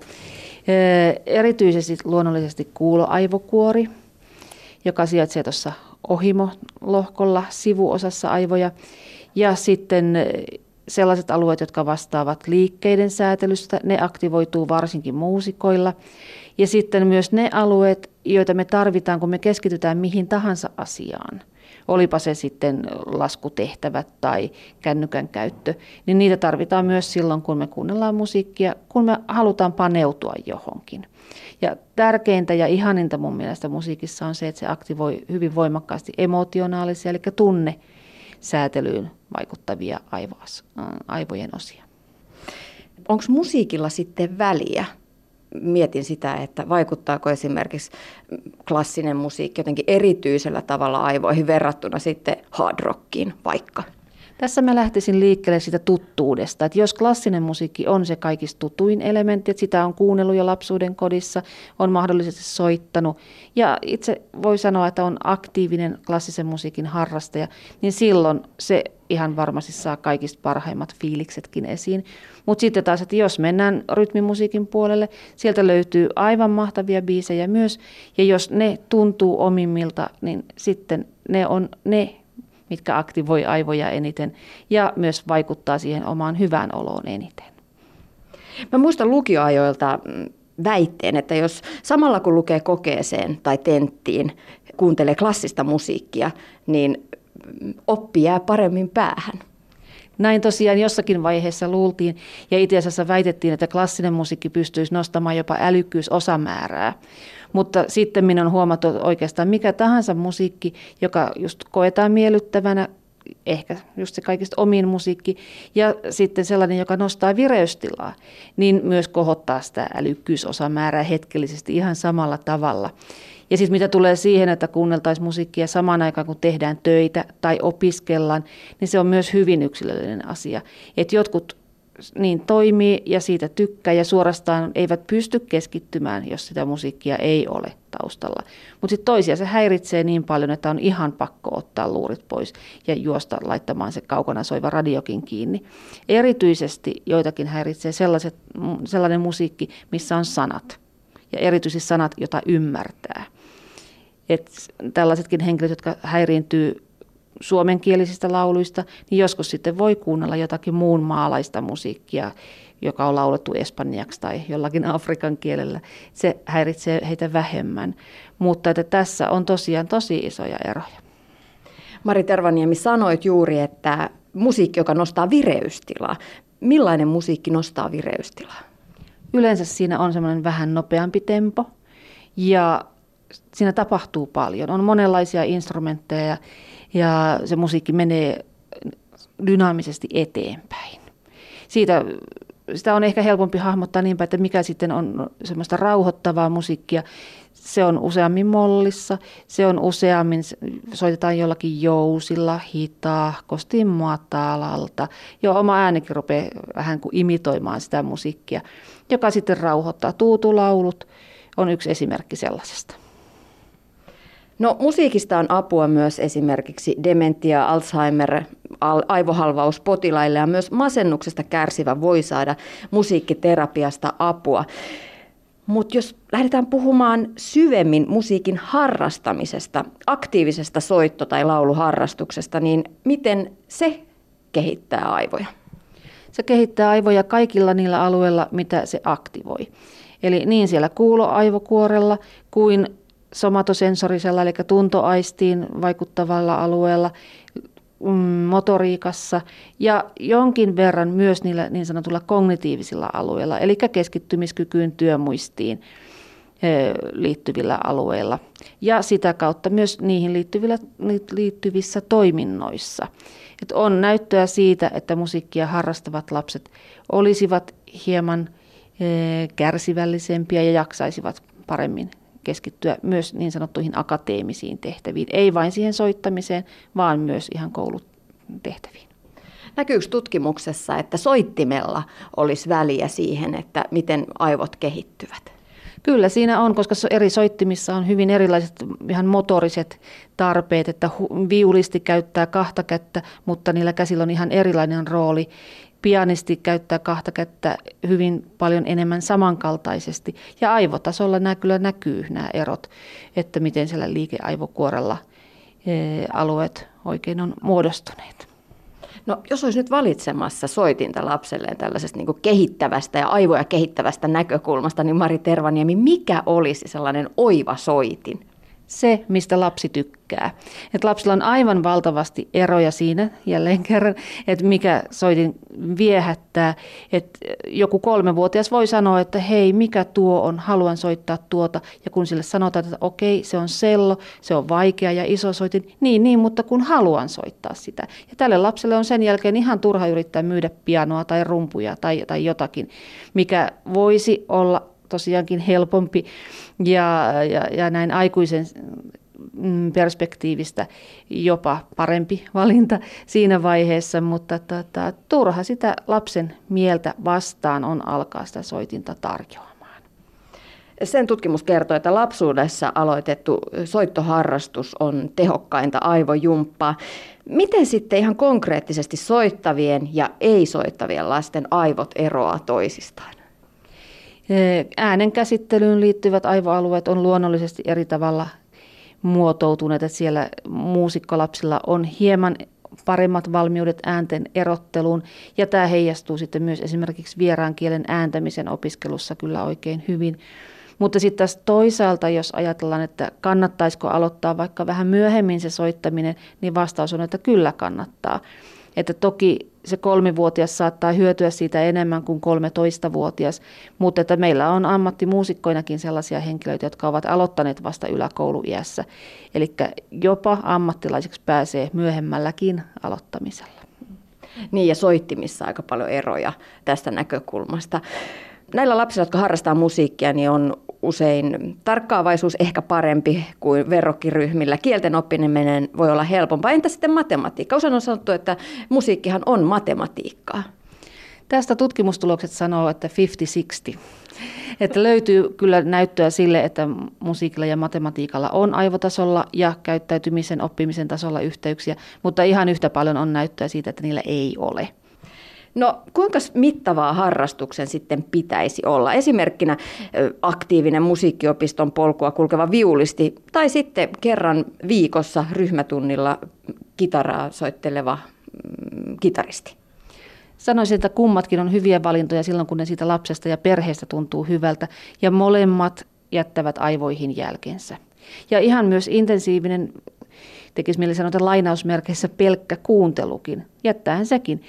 Erityisesti luonnollisesti kuuloaivokuori, joka sijaitsee tuossa ohimolohkolla sivuosassa aivoja. Ja sitten sellaiset alueet, jotka vastaavat liikkeiden säätelystä, ne aktivoituu varsinkin muusikoilla. Ja sitten myös ne alueet, joita me tarvitaan, kun me keskitytään mihin tahansa asiaan. Olipa se sitten laskutehtävät tai kännykän käyttö, niin niitä tarvitaan myös silloin, kun me kuunnellaan musiikkia, kun me halutaan paneutua johonkin. Ja tärkeintä ja ihaninta mun mielestä musiikissa on se, että se aktivoi hyvin voimakkaasti emotionaalisia, eli tunnesäätelyyn vaikuttavia aivojen osia. Onko musiikilla sitten väliä? Mietin sitä, että vaikuttaako esimerkiksi klassinen musiikki jotenkin erityisellä tavalla aivoihin verrattuna sitten hard rockiin vaikka. Tässä mä lähtisin liikkeelle siitä tuttuudesta, että jos klassinen musiikki on se kaikista tutuin elementti, että sitä on kuunnellut jo lapsuuden kodissa, on mahdollisesti soittanut ja itse voi sanoa, että on aktiivinen klassisen musiikin harrastaja, niin silloin se ihan varmasti saa kaikista parhaimmat fiiliksetkin esiin. Mutta sitten taas, että jos mennään rytmimusiikin puolelle, sieltä löytyy aivan mahtavia biisejä myös ja jos ne tuntuu omimmilta, niin sitten ne on ne, mitkä aktivoi aivoja eniten ja myös vaikuttaa siihen omaan hyvään oloon eniten. Mä muistan lukioajoilta väitteen, että jos samalla kun lukee kokeeseen tai tenttiin, kuuntelee klassista musiikkia, niin oppi jää paremmin päähän. Näin tosiaan jossakin vaiheessa luultiin ja itse asiassa väitettiin, että klassinen musiikki pystyisi nostamaan jopa älykkyysosamäärää. Mutta sitten minä on huomattu, että oikeastaan mikä tahansa musiikki, joka just koetaan miellyttävänä, ehkä just se kaikista omin musiikki, ja sitten sellainen, joka nostaa vireystilaa, niin myös kohottaa sitä älykkyysosamäärää hetkellisesti ihan samalla tavalla. Ja sitten mitä tulee siihen, että kuunneltaisiin musiikkia samaan aikaan, kun tehdään töitä tai opiskellaan, niin se on myös hyvin yksilöllinen asia. Että jotkut niin toimii ja siitä tykkää ja suorastaan eivät pysty keskittymään, jos sitä musiikkia ei ole taustalla. Mutta sitten toisia se häiritsee niin paljon, että on ihan pakko ottaa luurit pois ja juosta laittamaan se kaukana soiva radiokin kiinni. Erityisesti joitakin häiritsee sellainen musiikki, missä on sanat ja erityisesti sanat, jota ymmärtää. Et tällaisetkin henkilöt, jotka häiriintyy suomenkielisistä lauluista, niin joskus sitten voi kuunnella jotakin muun maalaista musiikkia, joka on laulettu espanjaksi tai jollakin afrikan kielellä. Se häiritsee heitä vähemmän, mutta että tässä on tosiaan tosi isoja eroja. Mari Tervaniemi, sanoit juuri, että musiikki, joka nostaa vireystilaa. Millainen musiikki nostaa vireystilaa? Yleensä siinä on semmoinen vähän nopeampi tempo ja siinä tapahtuu paljon. On monenlaisia instrumentteja ja se musiikki menee dynaamisesti eteenpäin. Sitä on ehkä helpompi hahmottaa niinpä, että mikä sitten on semmoista rauhoittavaa musiikkia. Se on useammin mollissa, se on useammin, soitetaan jollakin jousilla, hitaahkosti, matalalta. Jo oma äänikin rupeaa vähän kuin imitoimaan sitä musiikkia, joka sitten rauhoittaa. Tuutulaulut on yksi esimerkki sellaisesta. No musiikista on apua myös esimerkiksi dementia, Alzheimer, aivohalvauspotilaille ja myös masennuksesta kärsivä voi saada musiikkiterapiasta apua. Mutta jos lähdetään puhumaan syvemmin musiikin harrastamisesta, aktiivisesta soitto- tai lauluharrastuksesta, niin miten se kehittää aivoja? Se kehittää aivoja kaikilla niillä alueilla, mitä se aktivoi. Eli niin siellä kuuloaivokuorella kuin somatosensorisella, eli tuntoaistiin vaikuttavalla alueella, motoriikassa ja jonkin verran myös niillä niin sanotulla kognitiivisilla alueilla, eli keskittymiskykyyn, työmuistiin liittyvillä alueilla ja sitä kautta myös niihin liittyvissä toiminnoissa. Et on näyttöä siitä, että musiikkia harrastavat lapset olisivat hieman kärsivällisempiä ja jaksaisivat paremmin keskittyä myös niin sanottuihin akateemisiin tehtäviin. Ei vain siihen soittamiseen, vaan myös ihan koulutehtäviin. Näkyykö tutkimuksessa, että soittimella olisi väliä siihen, että miten aivot kehittyvät? Kyllä siinä on, koska eri soittimissa on hyvin erilaiset ihan motoriset tarpeet, että viulisti käyttää kahta kättä, mutta niillä käsillä on ihan erilainen rooli. Pianisti käyttää kahta kättä hyvin paljon enemmän samankaltaisesti ja aivotasolla nämä kyllä näkyy nämä erot, että miten siellä liikeaivokuorella alueet oikein on muodostuneet. No jos olisi nyt valitsemassa soitinta lapselleen tällaisesta niin kuin kehittävästä ja aivoja kehittävästä näkökulmasta, niin Mari Tervaniemi, mikä olisi sellainen oiva soitin? Se, mistä lapsi tykkää. Et lapsilla on aivan valtavasti eroja siinä, jälleen kerran, että mikä soitin viehättää. Et joku 3-vuotias voi sanoa, että hei, mikä tuo on, haluan soittaa tuota. Ja kun sille sanotaan, että okei, se on sello, se on vaikea ja iso soitin, niin, mutta kun haluan soittaa sitä. Ja tälle lapselle on sen jälkeen ihan turha yrittää myydä pianoa tai rumpuja tai jotakin, mikä voisi olla tosiaankin helpompi ja näin aikuisen perspektiivistä jopa parempi valinta siinä vaiheessa, mutta turha sitä lapsen mieltä vastaan on alkaa sitä soitinta tarjoamaan. Sen tutkimus kertoo, että lapsuudessa aloitettu soittoharrastus on tehokkainta aivojumppaa. Miten sitten ihan konkreettisesti soittavien ja ei-soittavien lasten aivot eroaa toisistaan? Äänen käsittelyyn liittyvät aivoalueet on luonnollisesti eri tavalla muotoutuneet, että siellä muusikkolapsilla on hieman paremmat valmiudet äänten erotteluun ja tämä heijastuu sitten myös esimerkiksi vieraan kielen ääntämisen opiskelussa kyllä oikein hyvin. Mutta sitten taas toisaalta, jos ajatellaan, että kannattaisiko aloittaa vaikka vähän myöhemmin se soittaminen, niin vastaus on, että kyllä kannattaa. Että toki se 3-vuotias saattaa hyötyä siitä enemmän kuin 13-vuotias, mutta että meillä on ammattimuusikkoinakin sellaisia henkilöitä, jotka ovat aloittaneet vasta yläkouluiässä. Eli jopa ammattilaiseksi pääsee myöhemmälläkin aloittamisella. Niin ja soittimissa aika paljon eroja tästä näkökulmasta. Näillä lapsilla, jotka harrastaa musiikkia, niin on usein tarkkaavaisuus ehkä parempi kuin verrokkiryhmillä. Kielten oppiminen voi olla helpompaa. Entä sitten matematiikka? Usein on sanottu, että musiikkihan on matematiikkaa. Tästä tutkimustulokset sanoo, että 50-60. Että löytyy kyllä näyttöä sille, että musiikilla ja matematiikalla on aivotasolla ja käyttäytymisen oppimisen tasolla yhteyksiä, mutta ihan yhtä paljon on näyttöä siitä, että niillä ei ole. No kuinka mittavaa harrastuksen sitten pitäisi olla? Esimerkkinä aktiivinen musiikkiopiston polkua kulkeva viulisti tai sitten kerran viikossa ryhmätunnilla kitaraa soitteleva kitaristi. Sanoisin, että kummatkin on hyviä valintoja silloin, kun ne siitä lapsesta ja perheestä tuntuu hyvältä ja molemmat jättävät aivoihin jälkensä. Ja ihan myös intensiivinen, tekisi mieli sanoa lainausmerkeissä pelkkä kuuntelukin, jättäähän sekin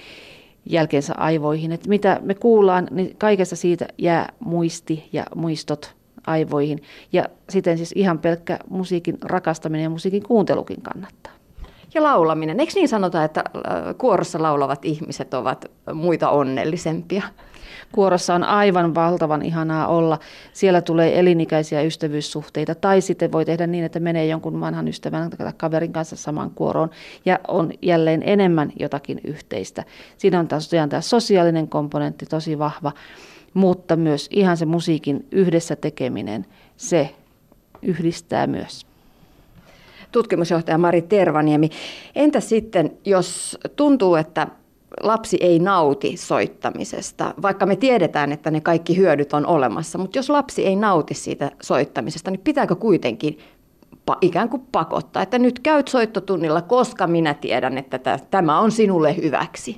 jälkeensä aivoihin. Että mitä me kuullaan, niin kaikessa siitä jää muisti ja muistot aivoihin. Ja siten siis ihan pelkkä musiikin rakastaminen ja musiikin kuuntelukin kannattaa. Ja laulaminen. Eikö niin sanota, että kuorossa laulavat ihmiset ovat muita onnellisempia? Kuorossa on aivan valtavan ihanaa olla. Siellä tulee elinikäisiä ystävyyssuhteita tai sitten voi tehdä niin, että menee jonkun vanhan ystävän tai kaverin kanssa samaan kuoroon ja on jälleen enemmän jotakin yhteistä. Siinä on tosiaan tämä sosiaalinen komponentti tosi vahva, mutta myös ihan se musiikin yhdessä tekeminen, se yhdistää myös. Tutkimusjohtaja Mari Tervaniemi, entä sitten, jos tuntuu, että lapsi ei nauti soittamisesta, vaikka me tiedetään, että ne kaikki hyödyt on olemassa, mutta jos lapsi ei nauti siitä soittamisesta, niin pitääkö kuitenkin ikään kuin pakottaa, että nyt käyt soittotunnilla, koska minä tiedän, että tämä on sinulle hyväksi?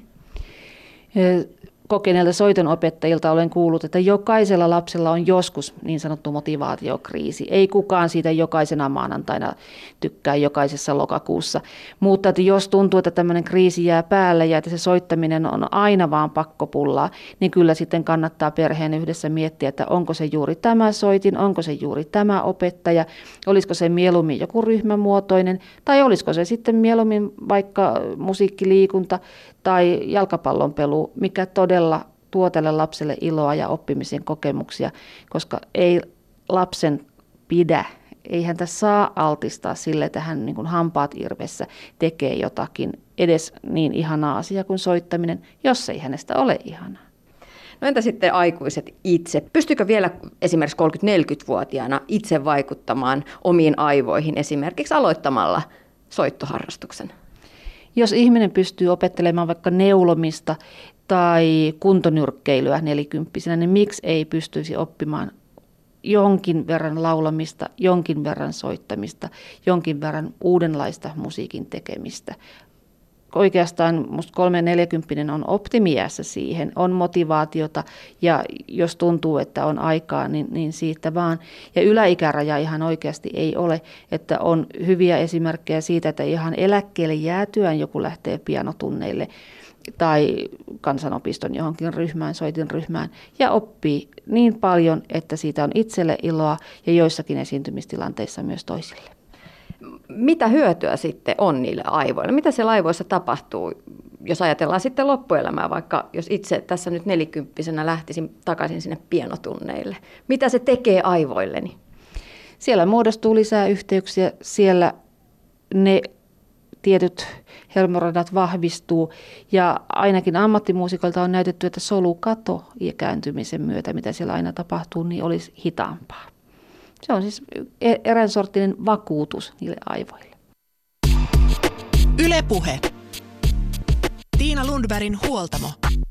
Kokeneilta soitonopettajilta olen kuullut, että jokaisella lapsella on joskus niin sanottu motivaatiokriisi. Ei kukaan siitä jokaisena maanantaina tykkää jokaisessa lokakuussa. Mutta että jos tuntuu, että tämmöinen kriisi jää päälle ja että se soittaminen on aina vaan pakkopullaa, niin kyllä sitten kannattaa perheen yhdessä miettiä, että onko se juuri tämä soitin, onko se juuri tämä opettaja, olisiko se mieluummin joku ryhmämuotoinen tai olisiko se sitten mieluummin vaikka musiikkiliikunta tai jalkapallonpelu, mikä todella tuo tälle lapselle iloa ja oppimisen kokemuksia, koska ei lapsen pidä, ei häntä saa altistaa sille, että hän niin kuin hampaat irvessä tekee jotakin edes niin ihanaa asiaa kuin soittaminen, jos ei hänestä ole ihanaa. No entä sitten aikuiset itse? Pystyykö vielä esimerkiksi 30-40-vuotiaana itse vaikuttamaan omiin aivoihin esimerkiksi aloittamalla soittoharrastuksen? Jos ihminen pystyy opettelemaan vaikka neulomista tai kuntonyrkkeilyä 40-vuotiaana, niin miksi ei pystyisi oppimaan jonkin verran laulamista, jonkin verran soittamista, jonkin verran uudenlaista musiikin tekemistä? Oikeastaan musta 3-40 on optimiässä siihen, on motivaatiota ja jos tuntuu, että on aikaa, niin siitä vaan. Ja yläikäraja ihan oikeasti ei ole, että on hyviä esimerkkejä siitä, että ihan eläkkeelle jäätyään joku lähtee pianotunneille tai kansanopiston johonkin ryhmään, soitinryhmään ja oppii niin paljon, että siitä on itselle iloa ja joissakin esiintymistilanteissa myös toisille. Mitä hyötyä sitten on niille aivoille? Mitä siellä aivoissa tapahtuu, jos ajatellaan sitten loppuelämää, vaikka jos itse tässä nyt 40-vuotiaana lähtisin takaisin sinne pianotunneille? Mitä se tekee aivoilleni? Siellä muodostuu lisää yhteyksiä, siellä ne tietyt helmoradat vahvistuu ja ainakin ammattimuusikoilta on näytetty, että solukato ikääntymisen myötä, mitä siellä aina tapahtuu, niin olisi hitaampaa. Se on siis erään sorttinen vakuutus niille aivoille. Yle Puhe. Tiina Lundbergin huoltamo.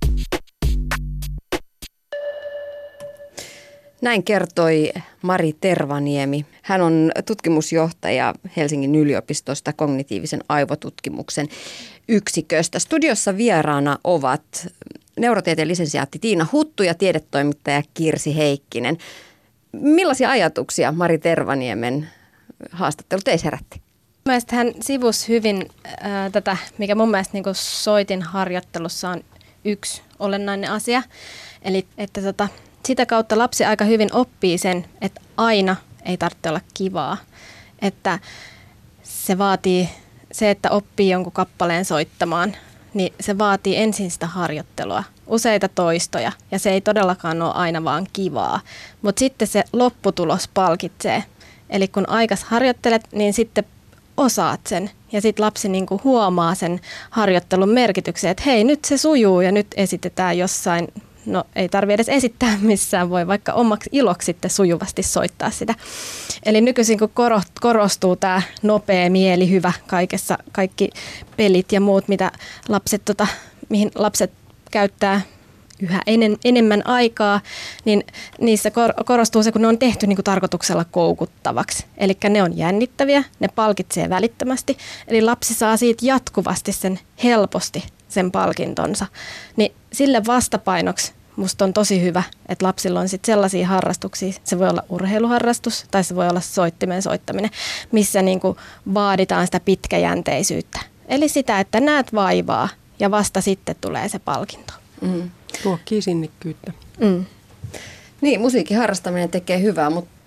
Näin kertoi Mari Tervaniemi. Hän on tutkimusjohtaja Helsingin yliopistosta kognitiivisen aivotutkimuksen yksiköstä. Studiossa vieraana ovat neurotieteen lisensiaatti Tiina Huttu ja tiedetoimittaja Kirsi Heikkinen. Millaisia ajatuksia Mari Tervaniemen haastattelu teissä herätti? Mielestäni hän sivusi hyvin tätä, mikä mun mielestä niin kuin soitin harjoittelussa on yksi olennainen asia. Eli että sitä kautta lapsi aika hyvin oppii sen, että aina ei tarvitse olla kivaa. Että se vaatii, se että oppii jonkun kappaleen soittamaan, niin se vaatii ensin sitä harjoittelua, useita toistoja ja se ei todellakaan ole aina vaan kivaa. Mutta sitten se lopputulos palkitsee. Eli kun aikas harjoittelet, niin sitten osaat sen ja sitten lapsi niinku huomaa sen harjoittelun merkityksen, että hei nyt se sujuu ja nyt esitetään jossain. No ei tarvitse edes esittää missään, voi vaikka omaksi iloksi sitten sujuvasti soittaa sitä. Eli nykyisin kun korostuu tämä nopea mielihyvä kaikessa, kaikki pelit ja muut, mitä mihin lapset käyttää yhä enemmän aikaa, niin niissä korostuu se, kun ne on tehty niin kuin tarkoituksella koukuttavaksi. Eli ne on jännittäviä, ne palkitsee välittömästi, eli lapsi saa siitä jatkuvasti sen helposti sen palkintonsa. Niin sille vastapainoksi musta on tosi hyvä, että lapsilla on sitten sellaisia harrastuksia, se voi olla urheiluharrastus tai se voi olla soittimen soittaminen, missä niinku vaaditaan sitä pitkäjänteisyyttä. Eli sitä, että näet vaivaa ja vasta sitten tulee se palkinto. Ruokkii sinnikkyyttä. Niin, musiikin harrastaminen tekee hyvää, mutta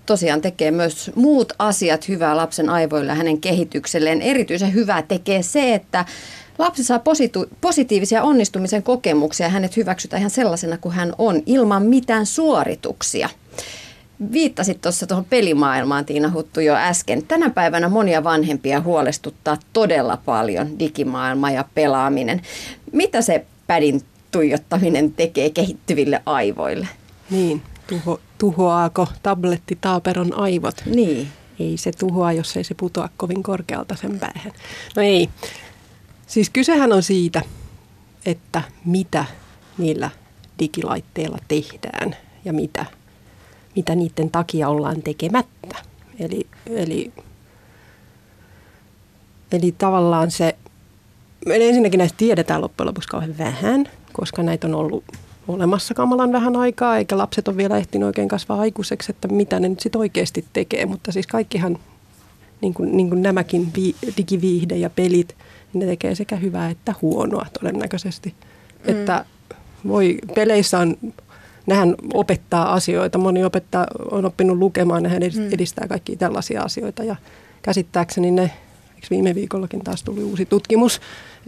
tosiaan tekee myös muut asiat hyvää lapsen aivoille ja hänen kehitykselleen. Erityisen hyvää tekee se, että lapsi saa positiivisia onnistumisen kokemuksia ja hänet hyväksytään ihan sellaisena kuin hän on, ilman mitään suorituksia. Viittasit tuossa tuohon pelimaailmaan, Tiina Huttu, jo äsken. Tänä päivänä monia vanhempia huolestuttaa todella paljon digimaailma ja pelaaminen. Mitä se pädin tuijottaminen tekee kehittyville aivoille? Niin, tuhoaako tabletti taaperon aivot? Niin. Ei se tuhoa, jos ei se putoa kovin korkealta sen päähän. No ei. Siis kysehän on siitä, että mitä niillä digilaitteilla tehdään ja mitä niiden takia ollaan tekemättä. Eli tavallaan ensinnäkin näistä tiedetään loppujen lopuksi kauhean vähän, koska näitä on ollut olemassa kamalan vähän aikaa, eikä lapset ole vielä ehtinyt oikein kasvaa aikuiseksi, että mitä ne nyt sitten oikeasti tekee. Mutta siis kaikkihan, niin kuin nämäkin digiviihde ja pelit, ne tekee sekä hyvää että huonoa todennäköisesti. Että peleissä nehän opettaa asioita. Moni on oppinut lukemaan, nehän edistää kaikkia tällaisia asioita. Ja käsittääkseni viime viikollakin taas tuli uusi tutkimus,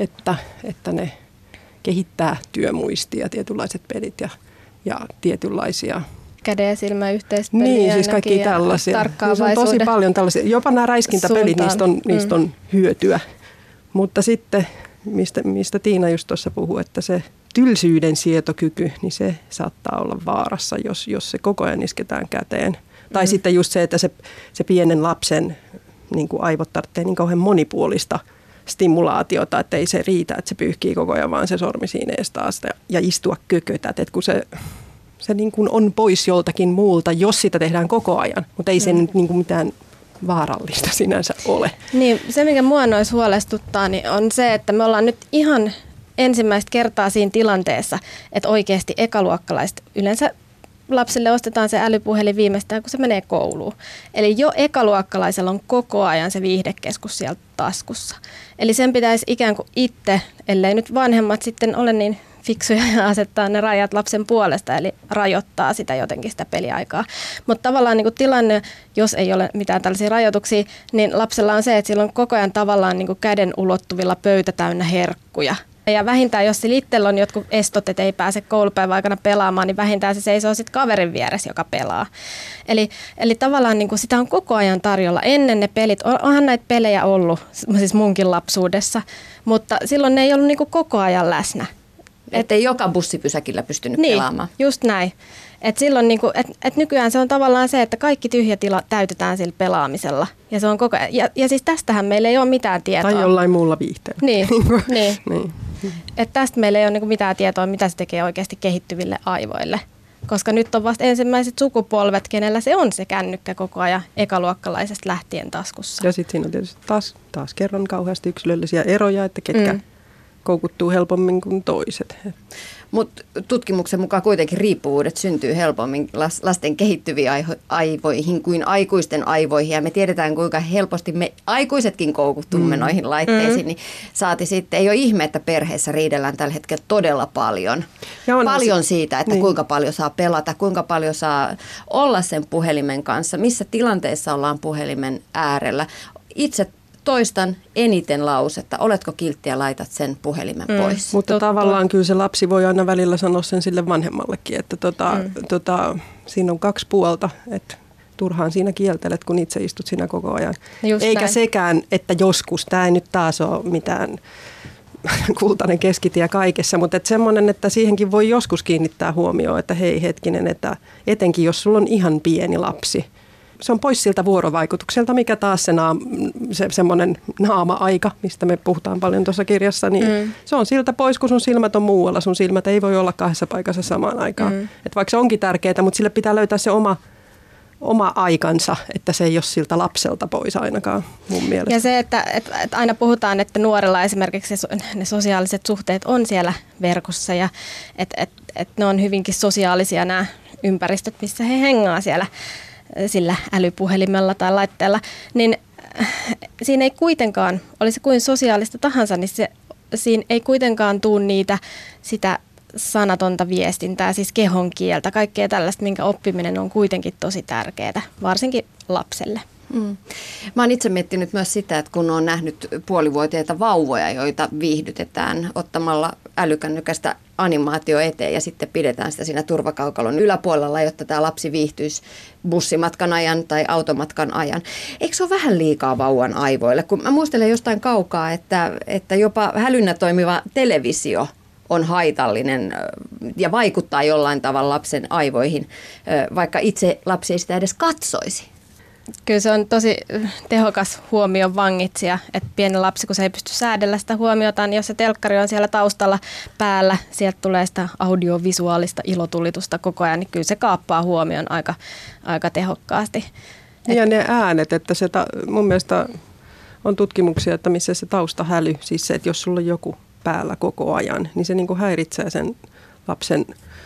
että ne kehittää työmuistia, tietynlaiset pelit ja tietynlaisia käden ja silmän yhteispeliä. Niin, siis kaikki tällaisia. Se on tosi paljon tällaisia. Jopa nämä räiskintäpelit, niistä on hyötyä. Mutta sitten, mistä Tiina just tuossa puhui, että se tylsyyden sietokyky, niin se saattaa olla vaarassa, jos se koko ajan isketään käteen. Tai sitten just se, että se pienen lapsen niin kuin aivot tarvitsee niin kauhean monipuolista stimulaatiota, että ei se riitä, että se pyyhkii koko ajan vaan se sormi siinä ees taas ja istua kökötät, että kun se niin kuin on pois joltakin muulta, jos sitä tehdään koko ajan, mutta ei se nyt niin kuin mitään vaarallista sinänsä ole. Niin, se mikä mua noissa huolestuttaa, niin on se, että me ollaan nyt ihan ensimmäistä kertaa siinä tilanteessa, että oikeasti ekaluokkalaiset yleensä lapselle ostetaan se älypuhelin viimeistään, kun se menee kouluun. Eli jo ekaluokkalaisella on koko ajan se viihdekeskus siellä taskussa. Eli sen pitäisi ikään kuin itse, ellei nyt vanhemmat sitten ole niin fiksuja ja asettaa ne rajat lapsen puolesta, eli rajoittaa sitä jotenkin sitä peliaikaa. Mutta tavallaan niin kuin tilanne, jos ei ole mitään tällaisia rajoituksia, niin lapsella on se, että sillä on koko ajan tavallaan niin kuin käden ulottuvilla pöytä täynnä herkkuja. Ja vähintään, jos sillä itsellä on jotkut estot, että ei pääse koulupäivän aikana pelaamaan, niin vähintään se seisoo sitten kaverin vieressä, joka pelaa. Eli tavallaan niin kuin sitä on koko ajan tarjolla. Ennen ne pelit, onhan näitä pelejä ollut, siis munkin lapsuudessa, mutta silloin ne ei ollut niin kuin koko ajan läsnä. Että ei joka bussipysäkillä pystynyt pelaamaan. Niin, just näin. Et silloin niinku, et nykyään se on tavallaan se, että kaikki tyhjä tila täytetään sillä pelaamisella. Ja, se on koko ajan, ja siis tästähän meillä ei ole mitään tietoa. Tai jollain muulla viihteellä. Niin. Että tästä meillä ei ole niinku mitään tietoa, mitä se tekee oikeasti kehittyville aivoille. Koska nyt on vasta ensimmäiset sukupolvet, kenellä se on se kännykkä koko ajan ekaluokkalaisesta lähtien taskussa. Ja sitten siinä on tietysti taas kerran kauheasti yksilöllisiä eroja, että ketkä koukuttuu helpommin kuin toiset. Mutta tutkimuksen mukaan kuitenkin riippuvuudet syntyy helpommin lasten kehittyviin aivoihin kuin aikuisten aivoihin. Ja me tiedetään, kuinka helposti me aikuisetkin koukuttumme noihin laitteisiin. Niin saati sitten, ei ole ihme, että perheessä riidellään tällä hetkellä todella paljon. Paljon siitä, että kuinka paljon saa pelata, kuinka paljon saa olla sen puhelimen kanssa, missä tilanteessa ollaan puhelimen äärellä. Itse toistan eniten lausetta. Oletko kiltti ja laitat sen puhelimen pois? Mutta tavallaan kyllä se lapsi voi aina välillä sanoa sen sille vanhemmallekin, että siinä on kaksi puolta, että turhaan siinä kieltelet, kun itse istut siinä koko ajan. Just eikä näin. Sekään, että joskus, tämä ei nyt taas ole mitään kultainen keskitie kaikessa, mutta semmoinen, että siihenkin voi joskus kiinnittää huomioon, että hei hetkinen, että etenkin jos sulla on ihan pieni lapsi, se on pois siltä vuorovaikutukselta, mikä taas semmoinen naama-aika, mistä me puhutaan paljon tuossa kirjassa, niin se on siltä pois, kun sun silmät on muualla. Sun silmät ei voi olla kahdessa paikassa samaan aikaan. Et vaikka se onkin tärkeää, mutta sille pitää löytää se oma aikansa, että se ei ole siltä lapselta pois ainakaan mun mielestä. Ja se, että aina puhutaan, että nuorella esimerkiksi ne sosiaaliset suhteet on siellä verkossa ja että ne on hyvinkin sosiaalisia nämä ympäristöt, missä he hengaa siellä sillä älypuhelimella tai laitteella, niin siinä ei kuitenkaan, olisi kuin sosiaalista tahansa, niin siinä ei kuitenkaan tule sitä sanatonta viestintää, siis kehon kieltä, kaikkea tällaista, minkä oppiminen on kuitenkin tosi tärkeää, varsinkin lapselle. Mä oon itse miettinyt myös sitä, että kun on nähnyt puolivuotiaita vauvoja, joita viihdytetään ottamalla älykännykästä animaatio eteen ja sitten pidetään sitä siinä turvakaukalon yläpuolella, jotta tämä lapsi viihtyisi bussimatkan ajan tai automatkan ajan. Eikö se ole vähän liikaa vauvan aivoille? Kun mä muistelen jostain kaukaa, että jopa hälynnä toimiva televisio on haitallinen ja vaikuttaa jollain tavalla lapsen aivoihin, vaikka itse lapsi ei sitä edes katsoisi. Kyllä se on tosi tehokas huomion vangitsija, että pieni lapsi, kun se ei pysty säädellä sitä huomiota, niin jos se telkkari on siellä taustalla päällä, sieltä tulee sitä audiovisuaalista ilotulitusta koko ajan, niin kyllä se kaappaa huomion aika tehokkaasti. Ja ne äänet, että se mun mielestä on tutkimuksia, että missä se taustahäly, siis se, että jos sulla on joku päällä koko ajan, niin se niin kuin häiritsee sen lapsen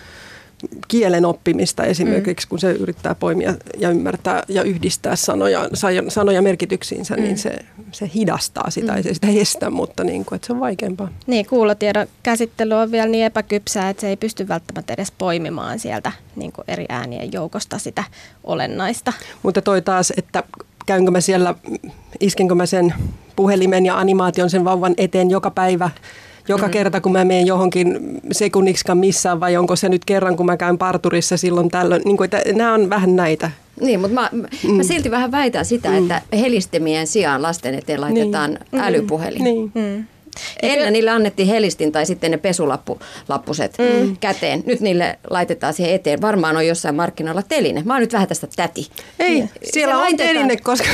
kielen oppimista esimerkiksi, kun se yrittää poimia ja ymmärtää ja yhdistää sanoja merkityksiinsä, niin se hidastaa sitä, ei se sitä estä, mutta niin kuin, että se on vaikeampaa. Niin, kuulotiedon käsittely on vielä niin epäkypsää, että se ei pysty välttämättä edes poimimaan sieltä niin kuin eri äänien joukosta sitä olennaista. Mutta toi taas, että käynkö mä siellä, iskenkö mä sen puhelimen ja animaation sen vauvan eteen joka päivä, joka kerta, kun mä menen johonkin sekunniksikaan missään, vai onko se nyt kerran, kun mä käyn parturissa silloin tällöin. Niin kuin, että nämä on vähän näitä. Niin, mutta mä silti vähän väitän sitä, että helistimien sijaan lasten eteen laitetaan älypuhelin. Niin. Ennen niille annettiin helistin tai sitten ne pesulappuset käteen. Nyt niille laitetaan siihen eteen. Varmaan on jossain markkinoilla teline. Mä oon nyt vähän tästä täti. Ei, siellä on teline, koska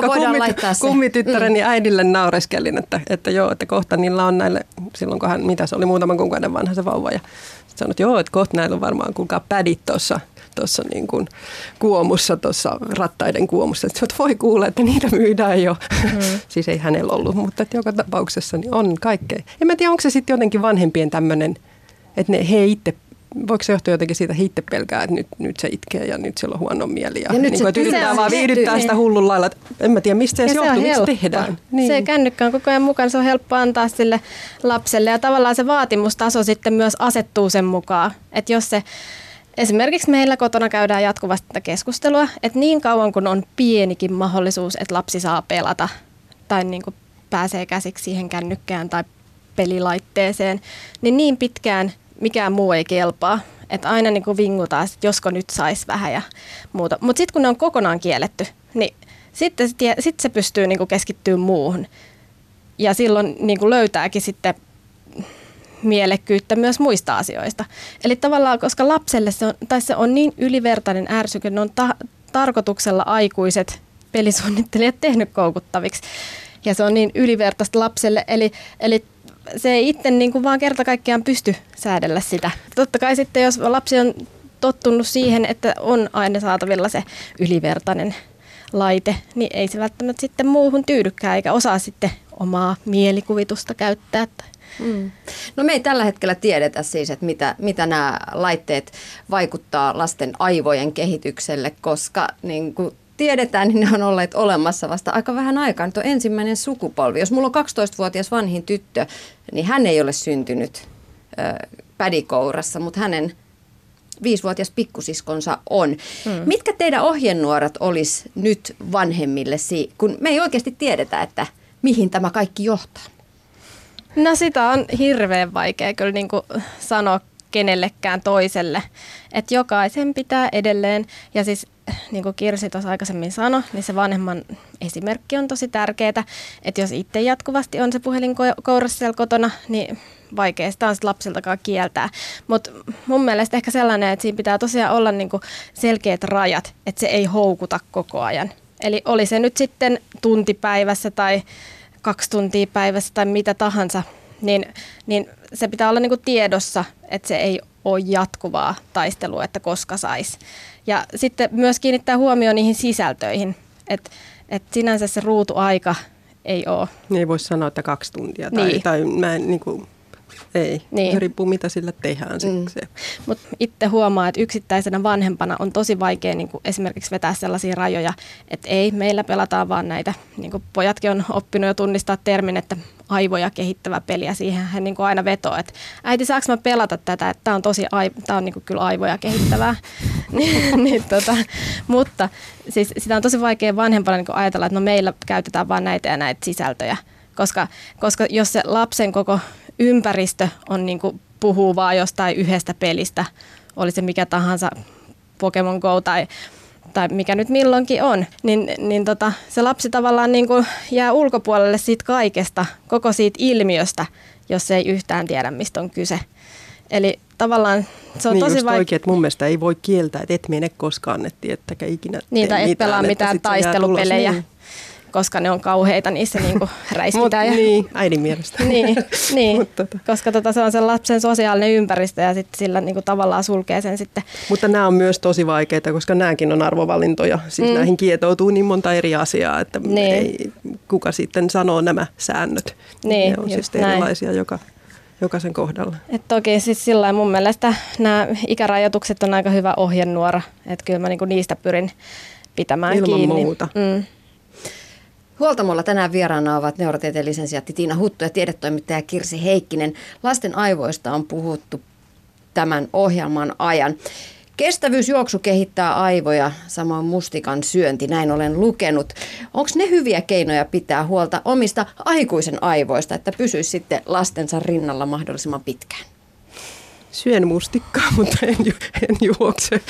kummityttäreni äidille naureskelin, että joo, että kohta niillä on näille, silloin kun mitä se oli, muutaman kuukauden vanha se vauva. Ja sanoin, että joo, että kohta näillä on varmaan kuulkaa pädit tuossa niin kuin kuomussa, tuossa rattaiden kuomussa. Että voi kuulla, että niitä myydään jo. Siis ei hänellä ollut, mutta että joka tapauksessa niin on kaikkea. En mä tiedä, onko se sitten jotenkin vanhempien tämmöinen, että he itse, voiko se johtua jotenkin siitä, että he itse pelkää, että nyt se itkee ja nyt sillä on huono mieli. Ja niin kuin, että yritetään vaan viihdyttää sitä hullun lailla. Että en mä tiedä, mistä se johtuu, miksi tehdään. Niin. Se kännykkä on koko ajan mukana, se on helppo antaa sille lapselle ja tavallaan se vaatimustaso sitten myös asettuu sen mukaan. Että jos se esimerkiksi meillä kotona käydään jatkuvasti tätä keskustelua, että niin kauan kun on pienikin mahdollisuus, että lapsi saa pelata tai niin kuin pääsee käsiksi siihen kännykkään tai pelilaitteeseen, niin pitkään mikään muu ei kelpaa. Että aina niin kuin vingutaan, että josko nyt saisi vähän ja muuta. Mutta sitten kun ne on kokonaan kielletty, niin sitten se pystyy niin kuin keskittymään muuhun. Ja silloin niin kuin löytääkin sitten mielekkyyttä myös muista asioista. Eli tavallaan, koska lapselle se on niin ylivertainen ärsyke, ne on tarkoituksella aikuiset pelisuunnittelijat tehnyt koukuttaviksi. Ja se on niin ylivertaista lapselle, eli se ei itse niin kuin vaan kerta kaikkiaan pysty säädellä sitä. Totta kai sitten, jos lapsi on tottunut siihen, että on aina saatavilla se ylivertainen laite, niin ei se välttämättä sitten muuhun tyydykään, eikä osaa sitten omaa mielikuvitusta käyttää. No me ei tällä hetkellä tiedetä siis, että mitä nämä laitteet vaikuttaa lasten aivojen kehitykselle, koska niin kuin tiedetään, niin ne on olleet olemassa vasta aika vähän aikaa. Nyt on ensimmäinen sukupolvi. Jos mulla on 12-vuotias vanhin tyttö, niin hän ei ole syntynyt pädikourassa, mutta hänen 5-vuotias pikkusiskonsa on. Mitkä teidän ohjenuorat olisi nyt vanhemmille, kun me ei oikeasti tiedetä, että mihin tämä kaikki johtaa? No sitä on hirveän vaikea kyllä niin kuin sanoa kenellekään toiselle, että jokaisen pitää edelleen, ja siis niin kuin Kirsi tuossa aikaisemmin sanoi, niin se vanhemman esimerkki on tosi tärkeää, että jos itse jatkuvasti on se puhelin kourassa siellä kotona, niin vaikea sitä on sit lapsiltakaan kieltää, mutta mun mielestä ehkä sellainen, että siinä pitää tosiaan olla niin kuin selkeät rajat, että se ei houkuta koko ajan, eli oli se nyt sitten tunti päivässä tai 2 tuntia päivässä tai mitä tahansa, niin se pitää olla niin kuin tiedossa, että se ei ole jatkuvaa taistelua, että koska saisi. Ja sitten myös kiinnittää huomioon niihin sisältöihin, että sinänsä se ruutuaika ei ole. Ei voi sanoa, että 2 tuntia niin. tai mä en, niin kuin, Ei, niin. Se riippuu mitä sillä tehdään. Mutta itse huomaa, että yksittäisenä vanhempana on tosi vaikea niin kuin esimerkiksi vetää sellaisia rajoja, että ei, meillä pelataan vaan näitä. Niin kuin pojatkin on oppinut jo tunnistaa termin, että aivoja kehittävä peli, ja siihen hän niin kuin aina vetoo, että äiti, saanko mä pelata tätä, että tämä on niin kuin kyllä aivoja kehittävää. Mutta siis sitä on tosi vaikea vanhempana niin kuin ajatella, että no meillä käytetään vaan näitä ja näitä sisältöjä, koska jos se lapsen koko ympäristö on niin kuin puhuu vaan jostain yhdestä pelistä, oli se mikä tahansa Pokemon Go tai mikä nyt milloinkin on, niin se lapsi tavallaan niin kuin jää ulkopuolelle siitä kaikesta, koko siitä ilmiöstä, jos ei yhtään tiedä, mistä on kyse. Eli tavallaan se on niin tosi vaikea. Oikein, että mun mielestä ei voi kieltää, että et mene koskaan nettiin, ettekä ikinä niin, tai et pelaa mitään taistelupelejä. Niin. Koska ne on kauheita, niissä niinku räiskitään. Niin, äidin mielestä. niin. Koska se on sen lapsen sosiaalinen ympäristö ja sitten sillä niinku tavallaan sulkee sen sitten. Mutta nämä on myös tosi vaikeita, koska nämäkin on arvovalintoja. Siis näihin kietoutuu niin monta eri asiaa, että ei, kuka sitten sanoo nämä säännöt. Ne on siis erilaisia jokaisen kohdalla. Et toki siis sillain mun mielestä nämä ikärajoitukset on aika hyvä ohjenuora, että kyllä mä niinku niistä pyrin pitämään ilman kiinni. Ilman muuta. Huoltamolla tänään vieraana ovat neurotieteen lisensiaatti Tiina Huttu ja tiedetoimittaja Kirsi Heikkinen. Lasten aivoista on puhuttu tämän ohjelman ajan. Kestävyysjuoksu kehittää aivoja, samoin mustikan syönti, näin olen lukenut. Onko ne hyviä keinoja pitää huolta omista aikuisen aivoista, että pysyisi sitten lastensa rinnalla mahdollisimman pitkään? Syön mustikkaa, mutta en juokse.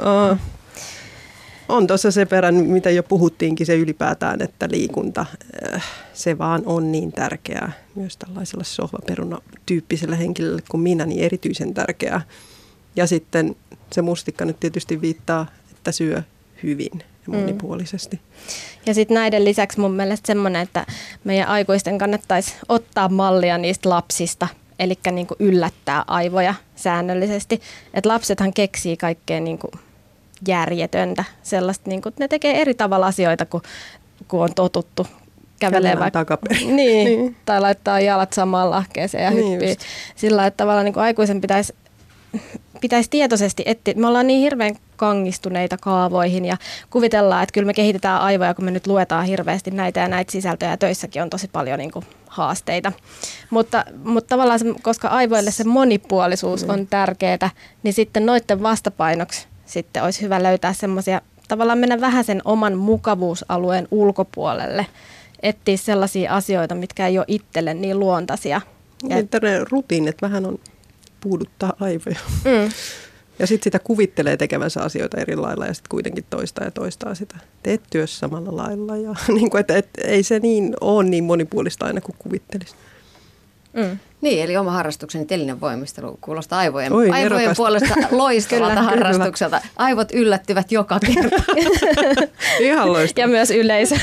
On tuossa se perän, mitä jo puhuttiinkin se ylipäätään, että liikunta, se vaan on niin tärkeää. Myös tällaisella sohvaperuna-tyyppisellä henkilöllä kuin minä, niin erityisen tärkeää. Ja sitten se mustikka nyt tietysti viittaa, että syö hyvin ja monipuolisesti. Ja sitten näiden lisäksi mun mielestä semmoinen, että meidän aikuisten kannattaisi ottaa mallia niistä lapsista, eli niin kuin yllättää aivoja säännöllisesti. Että lapsethan keksii kaikkea niin kuin järjetöntä, sellaista, niin kuin, ne tekee eri tavalla asioita, kun on totuttu. Kävelee vaikka takaperin. Niin, tai laittaa jalat samaan lahkeeseen ja hyppii. Sillä että tavallaan niin kuin aikuisen pitäisi tietoisesti etsiä. Me ollaan niin hirveän kangistuneita kaavoihin ja kuvitellaan, että kyllä me kehitetään aivoja, kun me nyt luetaan hirveästi näitä ja näitä sisältöjä ja töissäkin on tosi paljon niin kuin haasteita. Mutta tavallaan, koska aivoille se monipuolisuus on tärkeää, niin sitten noiden vastapainoksi sitten olisi hyvä löytää semmoisia, tavallaan mennä vähän sen oman mukavuusalueen ulkopuolelle, etsiä sellaisia asioita, mitkä ei ole itselle niin luontaisia. Niin, tällainen rutiinit vähän on puuduttaa aivoja. Ja sitten sitä kuvittelee tekevänsä asioita eri lailla ja sitten kuitenkin toistaa sitä. Teet työssä samalla lailla. Ja, niin kuin, että ei se niin ole niin monipuolista aina kuin kuvittelisi. Niin, eli oma harrastukseni telinen voimistelu kuulostaa aivojen puolesta loistavalta harrastukselta. Aivot yllättyvät joka kerta. Ihan loistavaa. Ja myös yleisö.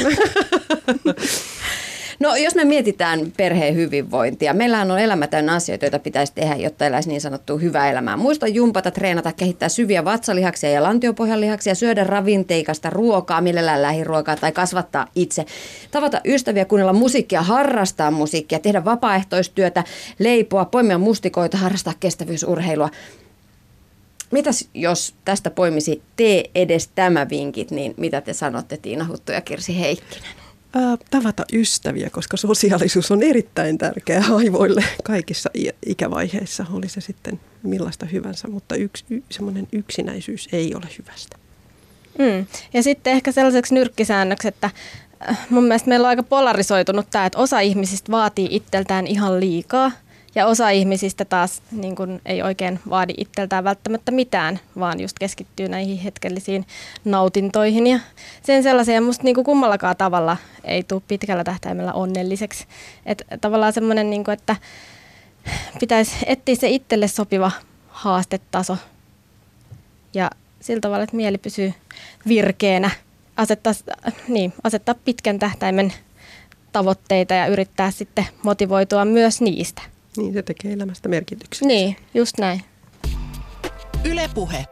No jos me mietitään perheen hyvinvointia, meillähän on elämä täynnä asioita, joita pitäisi tehdä, jotta eläisi niin sanottua hyvää elämää. Muista jumpata, treenata, kehittää syviä vatsalihaksia ja lantiopohjanlihaksia, syödä ravinteikasta ruokaa, millään lähiruokaa tai kasvattaa itse. Tavata ystäviä, kuunnella musiikkia, harrastaa musiikkia, tehdä vapaaehtoistyötä, leipoa, poimia mustikoita, harrastaa kestävyysurheilua. Mitäs jos tästä poimisi tee edes tämä vinkit, niin mitä te sanotte Tiina Huttu ja Kirsi Heikkinen? Tavata ystäviä, koska sosiaalisuus on erittäin tärkeää aivoille kaikissa ikävaiheissa, oli se sitten millaista hyvänsä, mutta semmoinen yksinäisyys ei ole hyvästä. Ja sitten ehkä sellaiseksi nyrkkisäännöksi, että mun mielestä meillä on aika polarisoitunut tämä, että osa ihmisistä vaatii itseltään ihan liikaa ja osa ihmisistä taas niin kun ei oikein vaadi itseltään välttämättä mitään, vaan just keskittyy näihin hetkellisiin nautintoihin ja sen sellaisen. Ja musta niin kuin kummallakaan tavalla ei tule pitkällä tähtäimellä onnelliseksi. Että tavallaan semmoinen, niin kuin, että pitäisi etsiä se itselle sopiva haastetaso ja sillä tavalla, että mieli pysyy virkeänä, asettaa pitkän tähtäimen tavoitteita ja yrittää sitten motivoitua myös niistä. Niin, se tekee elämästä merkityksellistä. Niin, just näin. Yle Puhe.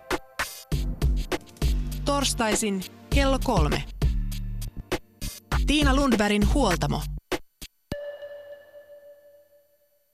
Torstaisin kello 3. Tiina Lundbergin Huoltamo.